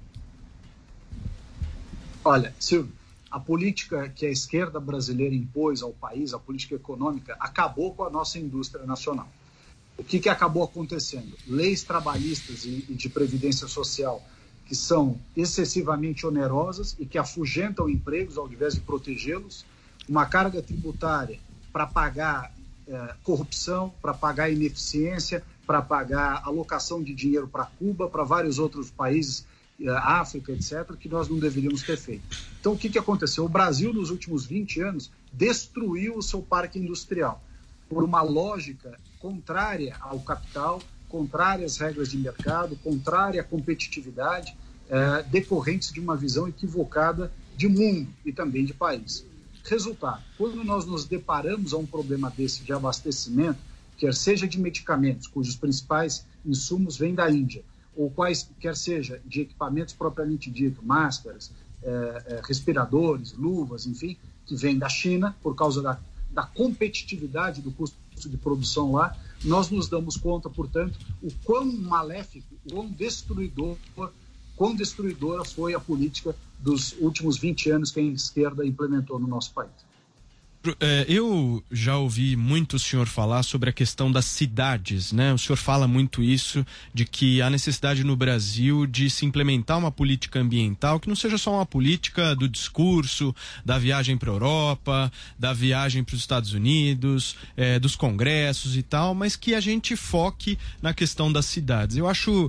Olha, Silvio, a política que a esquerda brasileira impôs ao país, a política econômica, acabou com a nossa indústria nacional. O que acabou acontecendo? Leis trabalhistas e de previdência social que são excessivamente onerosas e que afugentam empregos ao invés de protegê-los, uma carga tributária para pagar corrupção, para pagar ineficiência, para pagar alocação de dinheiro para Cuba, para vários outros países, África, etc., que nós não deveríamos ter feito. Então, o que aconteceu? O Brasil, nos últimos 20 anos, destruiu o seu parque industrial por uma lógica contrária ao capital, contrária às regras de mercado, contrária à competitividade, decorrentes de uma visão equivocada de mundo e também de país. Resultado, quando nós nos deparamos a um problema desse de abastecimento, quer seja de medicamentos, cujos principais insumos vêm da Índia, ou quer seja de equipamentos propriamente dito, máscaras, respiradores, luvas, enfim, que vêm da China, por causa da competitividade do custo de produção lá, nós nos damos conta, portanto, o quão maléfico, quão destruidora foi a política dos últimos 20 anos que a esquerda implementou no nosso país. Eu já ouvi muito o senhor falar sobre a questão das cidades, né? O senhor fala muito isso, de que há necessidade no Brasil de se implementar uma política ambiental que não seja só uma política do discurso, da viagem para a Europa, da viagem para os Estados Unidos, dos congressos e tal, mas que a gente foque na questão das cidades. Eu acho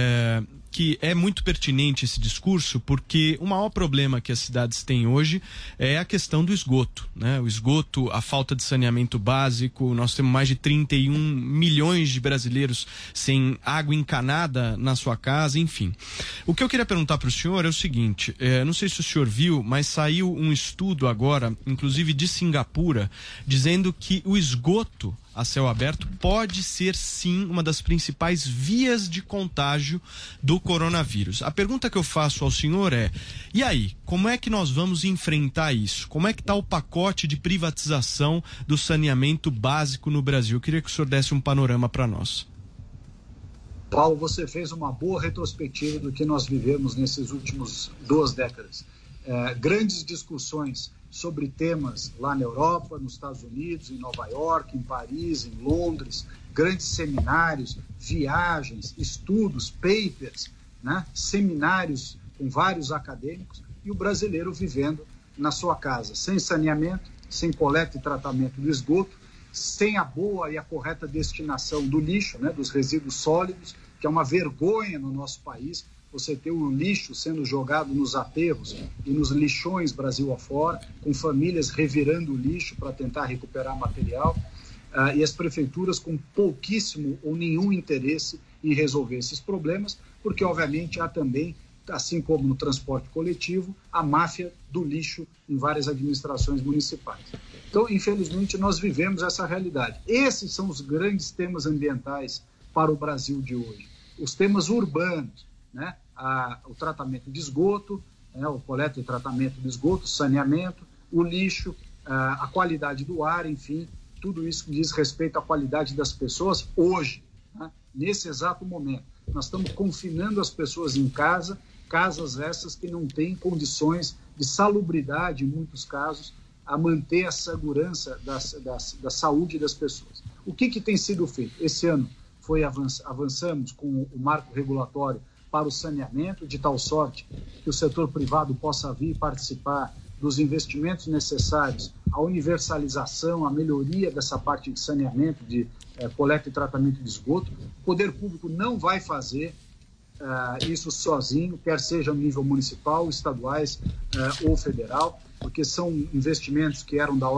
que é muito pertinente esse discurso, porque o maior problema que as cidades têm hoje é a questão do esgoto, né? O esgoto, a falta de saneamento básico. Nós temos mais de 31 milhões de brasileiros sem água encanada na sua casa, enfim. O que eu queria perguntar para o senhor é o seguinte, não sei se o senhor viu, mas saiu um estudo agora, inclusive de Singapura, dizendo que o esgoto a céu aberto pode ser sim uma das principais vias de contágio do coronavírus. A pergunta que eu faço ao senhor é: e aí, como é que nós vamos enfrentar isso? Como é que está o pacote de privatização do saneamento básico no Brasil? Eu queria que o senhor desse um panorama para nós. Paulo, você fez uma boa retrospectiva do que nós vivemos nesses últimos 2 décadas. Grandes discussões sobre temas lá na Europa, nos Estados Unidos, em Nova York, em Paris, em Londres, grandes seminários, viagens, estudos, papers, né? Seminários com vários acadêmicos, e o brasileiro vivendo na sua casa, sem saneamento, sem coleta e tratamento do esgoto, sem a boa e a correta destinação do lixo, né? Dos resíduos sólidos, que é uma vergonha no nosso país, você ter o lixo sendo jogado nos aterros e nos lixões Brasil afora, com famílias revirando o lixo para tentar recuperar material, e as prefeituras com pouquíssimo ou nenhum interesse em resolver esses problemas, porque obviamente há também, assim como no transporte coletivo, a máfia do lixo em várias administrações municipais. Então, infelizmente, nós vivemos essa realidade. Esses são os grandes temas ambientais para o Brasil de hoje. Os temas urbanos, né? O tratamento de esgoto, o coleta e tratamento de esgoto, saneamento, o lixo, a qualidade do ar, enfim, tudo isso que diz respeito à qualidade das pessoas hoje, né? Nesse exato momento. Nós estamos confinando as pessoas em casa, casas essas que não têm condições de salubridade, em muitos casos, a manter a segurança da saúde das pessoas. O que tem sido feito? Esse ano avançamos com o marco regulatório para o saneamento, de tal sorte que o setor privado possa vir participar dos investimentos necessários, a universalização, a melhoria dessa parte de saneamento, de coleta e tratamento de esgoto. O poder público não vai fazer isso sozinho, quer seja no nível municipal, estaduais ou federal, porque são investimentos que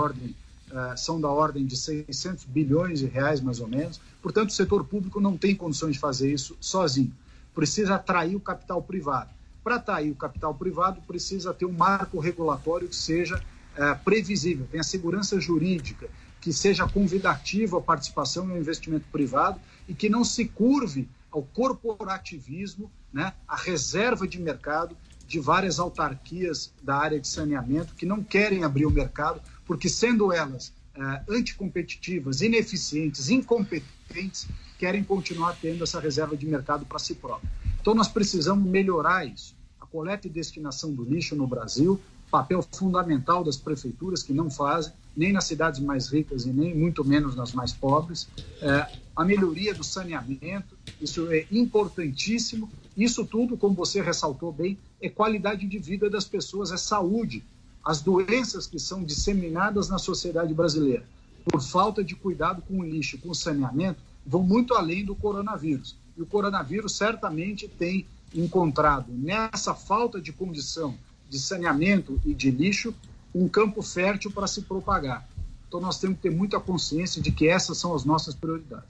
são da ordem de 600 bilhões de reais, mais ou menos. Portanto, o setor público não tem condições de fazer isso sozinho. Precisa atrair o capital privado. Para atrair o capital privado, precisa ter um marco regulatório que seja previsível, tenha segurança jurídica, que seja convidativo à participação e ao investimento privado e que não se curve ao corporativismo, né, à reserva de mercado de várias autarquias da área de saneamento que não querem abrir o mercado, porque sendo elas anticompetitivas, ineficientes, incompetentes, querem continuar tendo essa reserva de mercado para si próprio. Então nós precisamos melhorar isso. A coleta e destinação do lixo no Brasil, papel fundamental das prefeituras que não fazem, nem nas cidades mais ricas e nem muito menos nas mais pobres. A melhoria do saneamento, isso é importantíssimo. Isso tudo, como você ressaltou bem, é qualidade de vida das pessoas, é saúde. As doenças que são disseminadas na sociedade brasileira por falta de cuidado com o lixo, com o saneamento, vão muito além do coronavírus. E o coronavírus certamente tem encontrado nessa falta de condição de saneamento e de lixo um campo fértil para se propagar. Então nós temos que ter muita consciência de que essas são as nossas prioridades.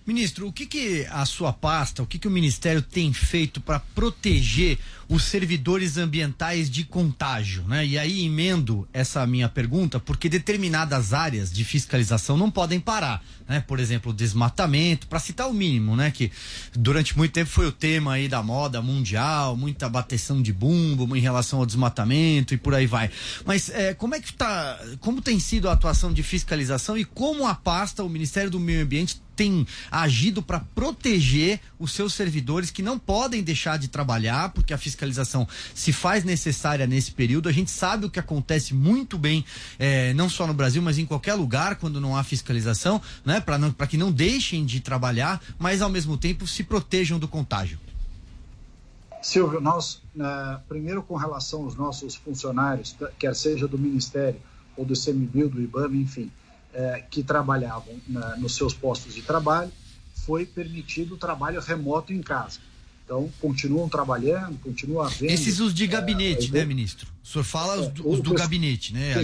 Ministro, o que a sua pasta, o que o Ministério tem feito para proteger os servidores ambientais de contágio, né? E aí emendo essa minha pergunta, porque determinadas áreas de fiscalização não podem parar, né? Por exemplo, o desmatamento, para citar o mínimo, né? Que durante muito tempo foi o tema aí da moda mundial, muita bateção de bumbo em relação ao desmatamento e por aí vai. Mas como tem sido a atuação de fiscalização e como a pasta, o Ministério do Meio Ambiente, tem agido para proteger os seus servidores que não podem deixar de trabalhar, porque a fiscalização se faz necessária nesse período. A gente sabe o que acontece muito bem, não só no Brasil, mas em qualquer lugar quando não há fiscalização, né? Para que não deixem de trabalhar, mas ao mesmo tempo se protejam do contágio. Silvio, nós, primeiro com relação aos nossos funcionários, quer seja do Ministério ou do ICMBio, do IBAMA, enfim, que trabalhavam nos seus postos de trabalho, foi permitido o trabalho remoto em casa. Então, continuam trabalhando, continua havendo... Esses os de gabinete, né, ministro? O senhor fala os do gabinete, né?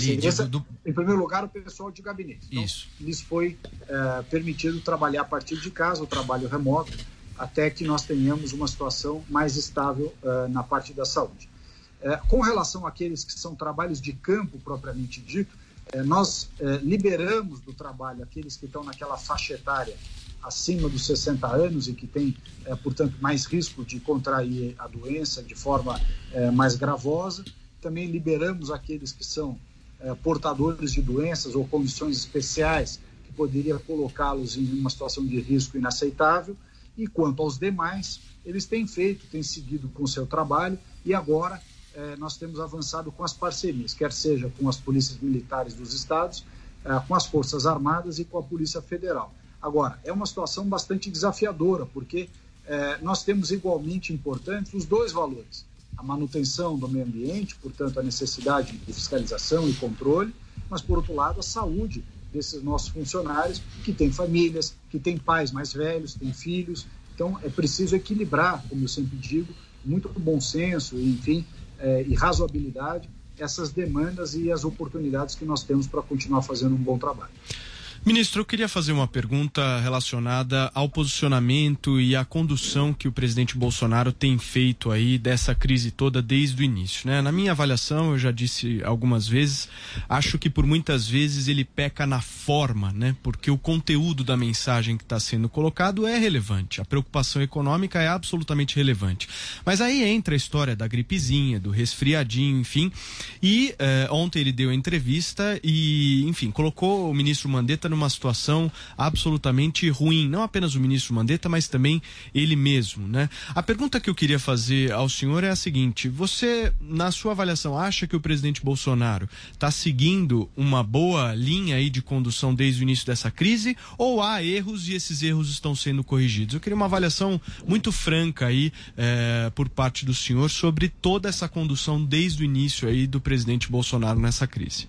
Em primeiro lugar, o pessoal de gabinete. Então, isso. Lhes foi permitido trabalhar a partir de casa, o trabalho remoto, até que nós tenhamos uma situação mais estável na parte da saúde. Com relação àqueles que são trabalhos de campo, propriamente dito, nós liberamos do trabalho aqueles que estão naquela faixa etária acima dos 60 anos e que têm, portanto, mais risco de contrair a doença de forma mais gravosa. Também liberamos aqueles que são portadores de doenças ou condições especiais que poderia colocá-los em uma situação de risco inaceitável. E quanto aos demais, eles têm seguido com o seu trabalho e agora nós temos avançado com as parcerias, quer seja com as polícias militares dos estados, com as Forças Armadas e com a Polícia Federal. Agora, é uma situação bastante desafiadora, porque nós temos igualmente importantes os dois valores. A manutenção do meio ambiente, portanto, a necessidade de fiscalização e controle, mas, por outro lado, a saúde desses nossos funcionários que têm famílias, que têm pais mais velhos, têm filhos. Então, é preciso equilibrar, como eu sempre digo, muito bom senso, enfim, e razoabilidade, essas demandas e as oportunidades que nós temos para continuar fazendo um bom trabalho. Ministro, eu queria fazer uma pergunta relacionada ao posicionamento e à condução que o presidente Bolsonaro tem feito aí dessa crise toda desde o início, né? Na minha avaliação, eu já disse algumas vezes, acho que por muitas vezes ele peca na forma, né? Porque o conteúdo da mensagem que está sendo colocado é relevante, a preocupação econômica é absolutamente relevante. Mas aí entra a história da gripezinha, do resfriadinho, enfim, e ontem ele deu a entrevista e, enfim, colocou o ministro Mandetta numa situação absolutamente ruim, não apenas o ministro Mandetta, mas também ele mesmo, né? A pergunta que eu queria fazer ao senhor é a seguinte: você, na sua avaliação, acha que o presidente Bolsonaro está seguindo uma boa linha aí de condução desde o início dessa crise, ou há erros e esses erros estão sendo corrigidos? Eu queria uma avaliação muito franca aí por parte do senhor sobre toda essa condução desde o início aí do presidente Bolsonaro nessa crise.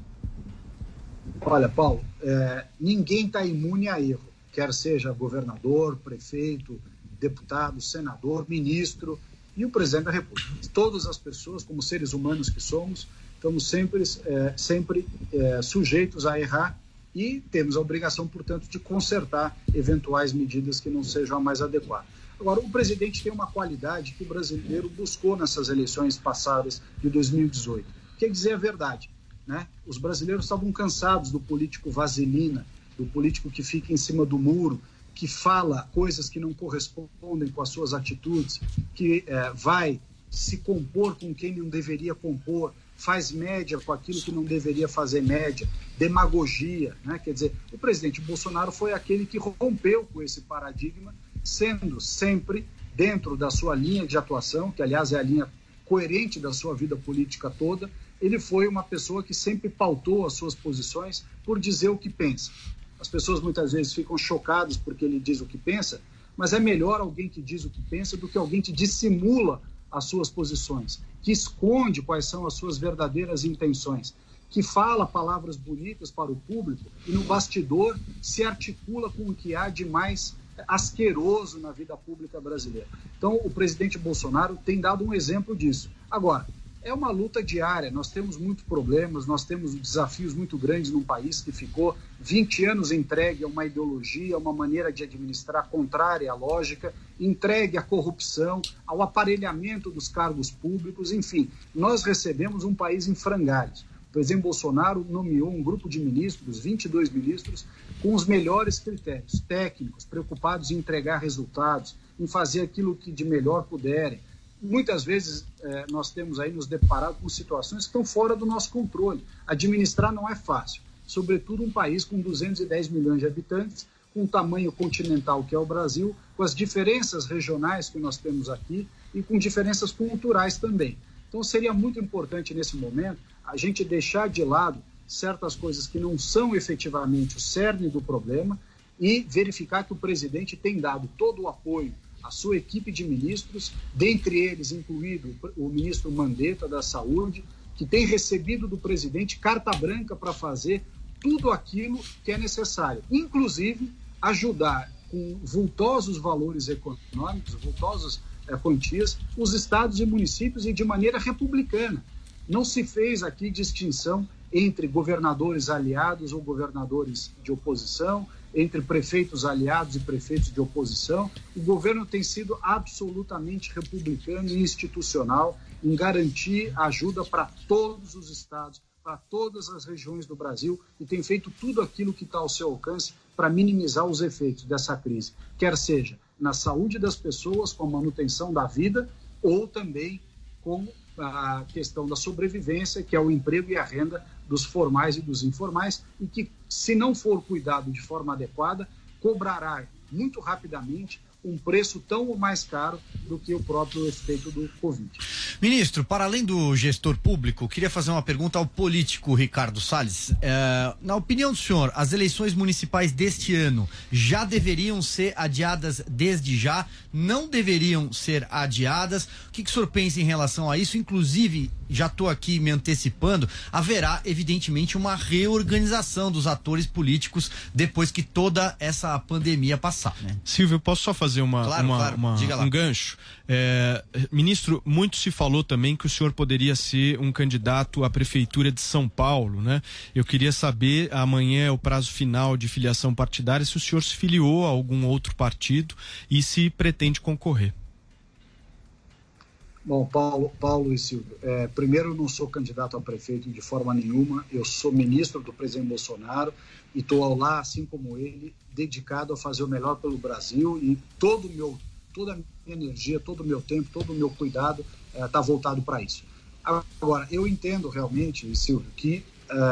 Olha, Paulo, ninguém está imune a erro, quer seja governador, prefeito, deputado, senador, ministro e o presidente da República. Todas as pessoas, como seres humanos que somos, estamos sempre sujeitos a errar e temos a obrigação, portanto, de consertar eventuais medidas que não sejam a mais adequadas. Agora, o presidente tem uma qualidade que o brasileiro buscou nessas eleições passadas de 2018, que é dizer a verdade. Né? Os brasileiros estavam cansados do político vaselina, do político que fica em cima do muro, que fala coisas que não correspondem com as suas atitudes, que vai se compor com quem não deveria compor, faz média com aquilo que não deveria fazer média, demagogia, né? Quer dizer, o presidente Bolsonaro foi aquele que rompeu com esse paradigma, sendo sempre dentro da sua linha de atuação, que aliás é a linha coerente da sua vida política toda. Ele foi uma pessoa que sempre pautou as suas posições por dizer o que pensa. As pessoas muitas vezes ficam chocadas porque ele diz o que pensa, mas é melhor alguém que diz o que pensa do que alguém que dissimula as suas posições, que esconde quais são as suas verdadeiras intenções, que fala palavras bonitas para o público e no bastidor se articula com o que há de mais asqueroso na vida pública brasileira. Então, o presidente Bolsonaro tem dado um exemplo disso. Agora, é uma luta diária. Nós temos muitos problemas, nós temos desafios muito grandes num país que ficou 20 anos entregue a uma ideologia, a uma maneira de administrar contrária à lógica, entregue à corrupção, ao aparelhamento dos cargos públicos, enfim. Nós recebemos um país em frangalhos. O presidente Bolsonaro nomeou um grupo de ministros, 22 ministros, com os melhores critérios técnicos, preocupados em entregar resultados, em fazer aquilo que de melhor puderem. Muitas vezes nós temos aí nos deparado com situações que estão fora do nosso controle. Administrar não é fácil, sobretudo um país com 210 milhões de habitantes, com o tamanho continental que é o Brasil, com as diferenças regionais que nós temos aqui e com diferenças culturais também. Então seria muito importante nesse momento a gente deixar de lado certas coisas que não são efetivamente o cerne do problema e verificar que o presidente tem dado todo o apoio à sua equipe de ministros, dentre eles incluído o ministro Mandetta da Saúde, que tem recebido do presidente carta branca para fazer tudo aquilo que é necessário, inclusive ajudar com vultosos valores econômicos, vultosas quantias, os estados e municípios e de maneira republicana. Não se fez aqui distinção entre governadores aliados ou governadores de oposição, entre prefeitos aliados e prefeitos de oposição. O governo tem sido absolutamente republicano e institucional em garantir ajuda para todos os estados, para todas as regiões do Brasil e tem feito tudo aquilo que está ao seu alcance para minimizar os efeitos dessa crise, quer seja na saúde das pessoas, com a manutenção da vida, ou também com a questão da sobrevivência, que é o emprego e a renda dos formais e dos informais, e que, se não for cuidado de forma adequada, cobrará muito rapidamente um preço tão ou mais caro do que o próprio efeito do Covid. Ministro, para além do gestor público, queria fazer uma pergunta ao político Ricardo Salles. Na opinião do senhor, as eleições municipais deste ano já deveriam ser adiadas desde já? Não deveriam ser adiadas? O que o senhor pensa em relação a isso? Inclusive, já estou aqui me antecipando, haverá evidentemente uma reorganização dos atores políticos depois que toda essa pandemia passar, né? Silvio, posso só fazer um gancho? Ministro, muito se falou também que o senhor poderia ser um candidato à prefeitura de São Paulo, né? Eu queria saber, amanhã é o prazo final de filiação partidária, se o senhor se filiou a algum outro partido e se pretende concorrer. Bom, Paulo e Silvio, primeiro, eu não sou candidato a prefeito de forma nenhuma, eu sou ministro do presidente Bolsonaro e estou lá, assim como ele, dedicado a fazer o melhor pelo Brasil e toda a minha energia, todo o meu tempo, todo o meu cuidado está voltado para isso. Agora, eu entendo realmente, Silvio, que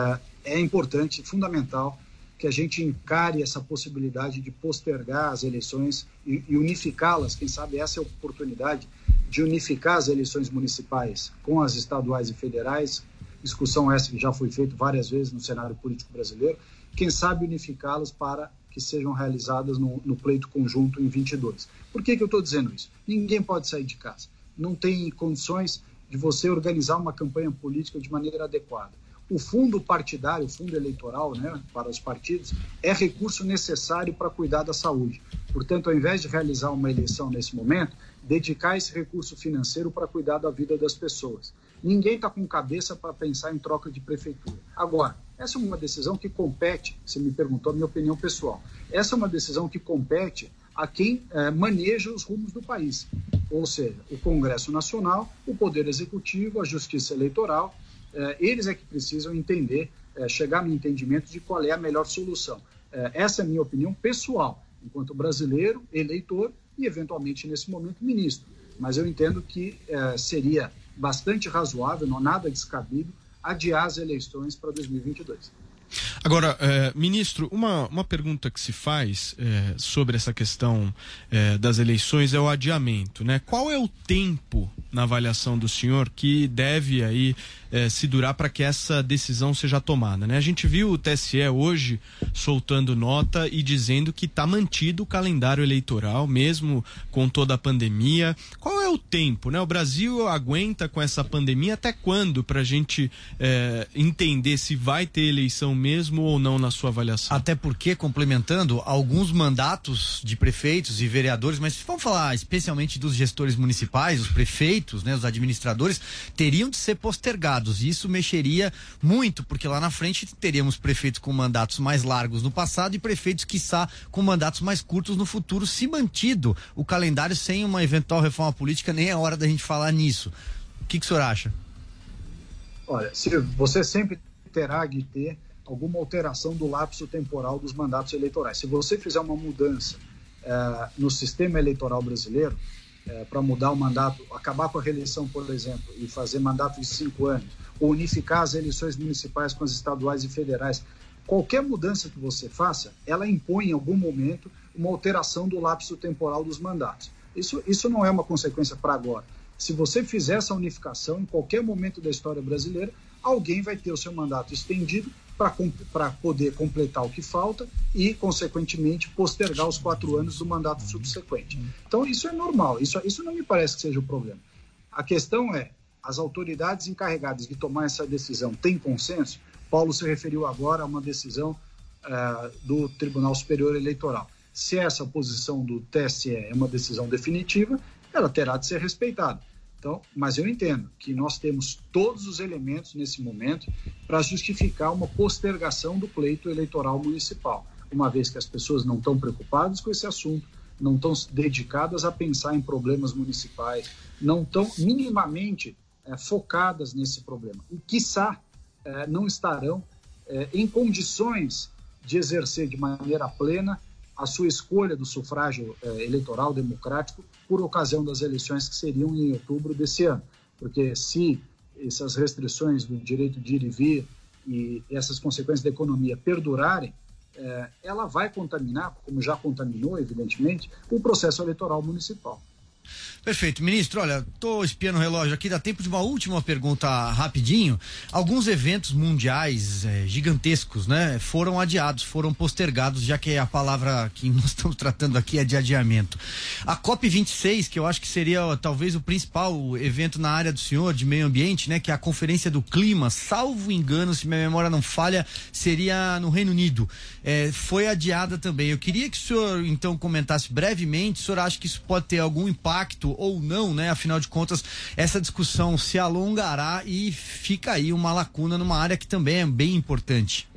é importante, fundamental, que a gente encare essa possibilidade de postergar as eleições e unificá-las, quem sabe essa é a oportunidade de unificar as eleições municipais com as estaduais e federais, discussão essa que já foi feita várias vezes no cenário político brasileiro, quem sabe unificá-las para que sejam realizadas no pleito conjunto em 22. Por que eu estou dizendo isso? Ninguém pode sair de casa, não tem condições de você organizar uma campanha política de maneira adequada. O fundo partidário, o fundo eleitoral, né, para os partidos, é recurso necessário para cuidar da saúde. Portanto, ao invés de realizar uma eleição nesse momento, dedicar esse recurso financeiro para cuidar da vida das pessoas. Ninguém está com cabeça para pensar em troca de prefeitura. Agora, essa é uma decisão que compete, você me perguntou a minha opinião pessoal, essa é uma decisão que compete a quem maneja os rumos do país, ou seja, o Congresso Nacional, o Poder Executivo, a Justiça Eleitoral, eles é que precisam entender, chegar no entendimento de qual é a melhor solução. Essa é a minha opinião pessoal, enquanto brasileiro, eleitor e, eventualmente, nesse momento, ministro. Mas eu entendo que seria bastante razoável, não nada descabido, adiar as eleições para 2022. Agora, ministro, uma pergunta que se faz sobre essa questão das eleições é o adiamento, né? Qual é o tempo, na avaliação do senhor, que deve aí se durar para que essa decisão seja tomada, né? A gente viu o TSE hoje soltando nota e dizendo que está mantido o calendário eleitoral, mesmo com toda a pandemia. Qual é o tempo, né? O Brasil aguenta com essa pandemia até quando para a gente entender se vai ter eleição mesmo ou não na sua avaliação? Até porque, complementando, alguns mandatos de prefeitos e vereadores, mas vamos falar especialmente dos gestores municipais, os prefeitos, né, os administradores, teriam de ser postergados. E isso mexeria muito, porque lá na frente teríamos prefeitos com mandatos mais largos no passado e prefeitos, quiçá, com mandatos mais curtos no futuro, se mantido o calendário sem uma eventual reforma política. Nem é hora da gente falar nisso. O que o senhor acha? Olha, você sempre terá de ter alguma alteração do lapso temporal dos mandatos eleitorais. Se você fizer uma mudança no sistema eleitoral brasileiro, para mudar o mandato, acabar com a reeleição, por exemplo, e fazer mandato de 5 anos, ou unificar as eleições municipais com as estaduais e federais, qualquer mudança que você faça, ela impõe em algum momento uma alteração do lapso temporal dos mandatos. Isso não é uma consequência para agora. Se você fizer essa unificação, em qualquer momento da história brasileira, alguém vai ter o seu mandato estendido para poder completar o que falta e, consequentemente, postergar os 4 anos do mandato subsequente. Então, isso é normal, isso não me parece que seja o problema. A questão é, as autoridades encarregadas de tomar essa decisão têm consenso? Paulo se referiu agora a uma decisão do Tribunal Superior Eleitoral. Se essa posição do TSE é uma decisão definitiva, ela terá de ser respeitada. Então, mas eu entendo que nós temos todos os elementos nesse momento para justificar uma postergação do pleito eleitoral municipal, uma vez que as pessoas não estão preocupadas com esse assunto, não estão dedicadas a pensar em problemas municipais, não estão minimamente focadas nesse problema. E, quiçá, não estarão em condições de exercer de maneira plena a sua escolha do sufrágio eleitoral democrático por ocasião das eleições que seriam em outubro desse ano. Porque se essas restrições do direito de ir e vir e essas consequências da economia perdurarem, ela vai contaminar, como já contaminou, evidentemente, o processo eleitoral municipal. Perfeito. Ministro, olha, tô espiando o relógio aqui, dá tempo de uma última pergunta rapidinho. Alguns eventos mundiais gigantescos, né, foram adiados, foram postergados, já que a palavra que nós estamos tratando aqui é de adiamento. A COP26, que eu acho que seria talvez o principal evento na área do senhor, de meio ambiente, né, que é a Conferência do Clima, salvo engano, se minha memória não falha, seria no Reino Unido. Foi adiada também. Eu queria que o senhor, então, comentasse brevemente, o senhor acha que isso pode ter algum impacto ou não, né? Afinal de contas, essa discussão se alongará e fica aí uma lacuna numa área que também é bem importante.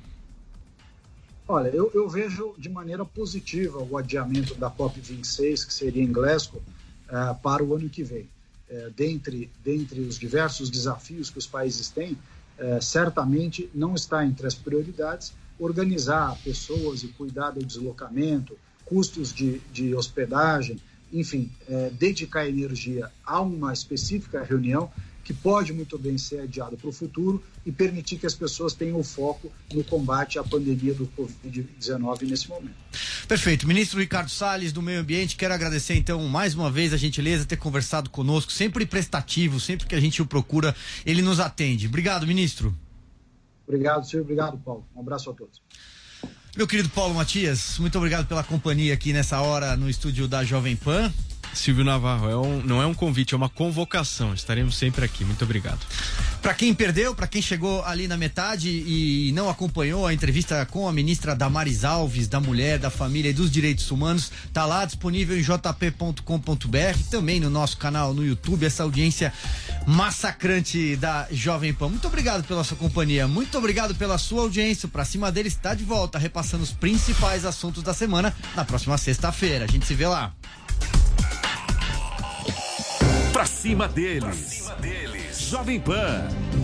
Olha, eu vejo de maneira positiva o adiamento da COP26, que seria em Glasgow, para o ano que vem. Dentre os diversos desafios que os países têm, certamente não está entre as prioridades organizar pessoas e cuidar do deslocamento, custos de hospedagem, enfim, dedicar energia a uma específica reunião que pode muito bem ser adiada para o futuro e permitir que as pessoas tenham o foco no combate à pandemia do Covid-19 nesse momento. Perfeito. Ministro Ricardo Salles, do Meio Ambiente, quero agradecer então mais uma vez a gentileza de ter conversado conosco, sempre prestativo, sempre que a gente o procura, ele nos atende. Obrigado, ministro. Obrigado, senhor. Obrigado, Paulo. Um abraço a todos. Meu querido Paulo Matias, muito obrigado pela companhia aqui nessa hora no estúdio da Jovem Pan. Silvio Navarro, não é um convite, é uma convocação. Estaremos sempre aqui. Muito obrigado. Para quem perdeu, para quem chegou ali na metade e não acompanhou a entrevista com a ministra Damares Alves, da Mulher, da Família e dos Direitos Humanos, tá lá disponível em jp.com.br, também no nosso canal no YouTube, essa audiência massacrante da Jovem Pan. Muito obrigado pela sua companhia, muito obrigado pela sua audiência. Pra Cima Deles está de volta, repassando os principais assuntos da semana na próxima sexta-feira. A gente se vê lá. Pra cima deles. Jovem Pan.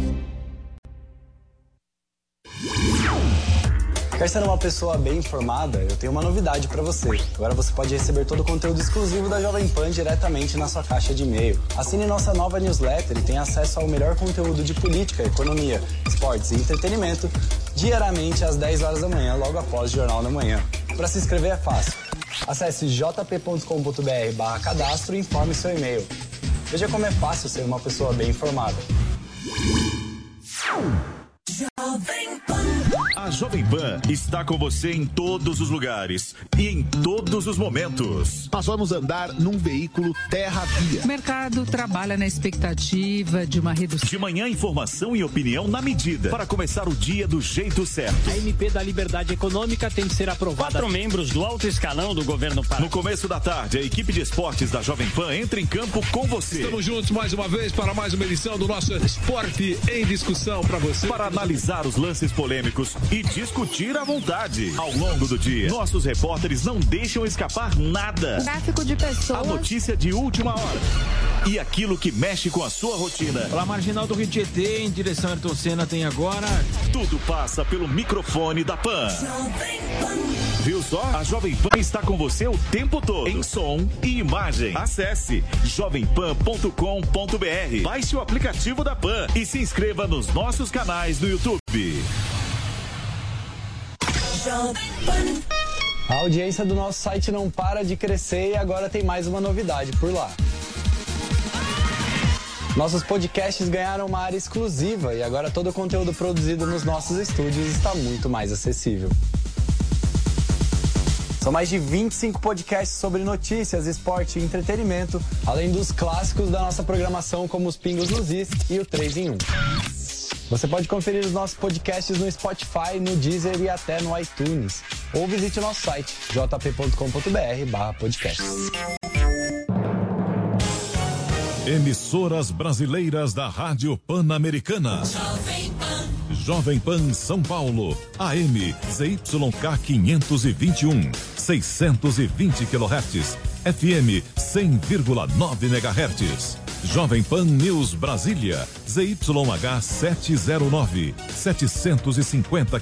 Quer ser uma pessoa bem informada? Eu tenho uma novidade para você. Agora você pode receber todo o conteúdo exclusivo da Jovem Pan diretamente na sua caixa de e-mail. Assine nossa nova newsletter e tenha acesso ao melhor conteúdo de política, economia, esportes e entretenimento diariamente às 10 horas da manhã, logo após o Jornal da Manhã. Para se inscrever é fácil. Acesse jp.com.br/cadastro e informe seu e-mail. Veja como é fácil ser uma pessoa bem informada. A A Jovem Pan está com você em todos os lugares e em todos os momentos. Nós vamos andar num veículo terra-via. O mercado trabalha na expectativa de uma redução. De manhã, informação e opinião na medida para começar o dia do jeito certo. A MP da Liberdade Econômica tem que ser aprovada. 4 membros do alto escalão do governo Pará. No começo da tarde, a equipe de esportes da Jovem Pan entra em campo com você. Estamos juntos mais uma vez para mais uma edição do nosso Esporte em Discussão para você. Para analisar os lances polêmicos e discutir à vontade. Ao longo do dia, nossos repórteres não deixam escapar nada. Tráfico de pessoas. A notícia de última hora. E aquilo que mexe com a sua rotina. Pela marginal do Rio Tietê, em direção a Ayrton Senna, tem agora... Tudo passa pelo microfone da Pan. Viu só? A Jovem Pan está com você o tempo todo. Em som e imagem. Acesse jovempan.com.br. Baixe o aplicativo da Pan e se inscreva nos nossos canais no YouTube. A audiência do nosso site não para de crescer e agora tem mais uma novidade por lá. Nossos podcasts ganharam uma área exclusiva e agora todo o conteúdo produzido nos nossos estúdios está muito mais acessível. São mais de 25 podcasts sobre notícias, esporte e entretenimento, além dos clássicos da nossa programação como os Pingos nos Is e o 3 em 1. Você pode conferir os nossos podcasts no Spotify, no Deezer e até no iTunes. Ou visite o nosso site, jp.com.br/podcast. Emissoras brasileiras da Rádio Pan-Americana. Jovem Pan São Paulo, AM, ZYK 521, 620 kHz, FM 100,9 MHz. Jovem Pan News Brasília, ZYH 709, 750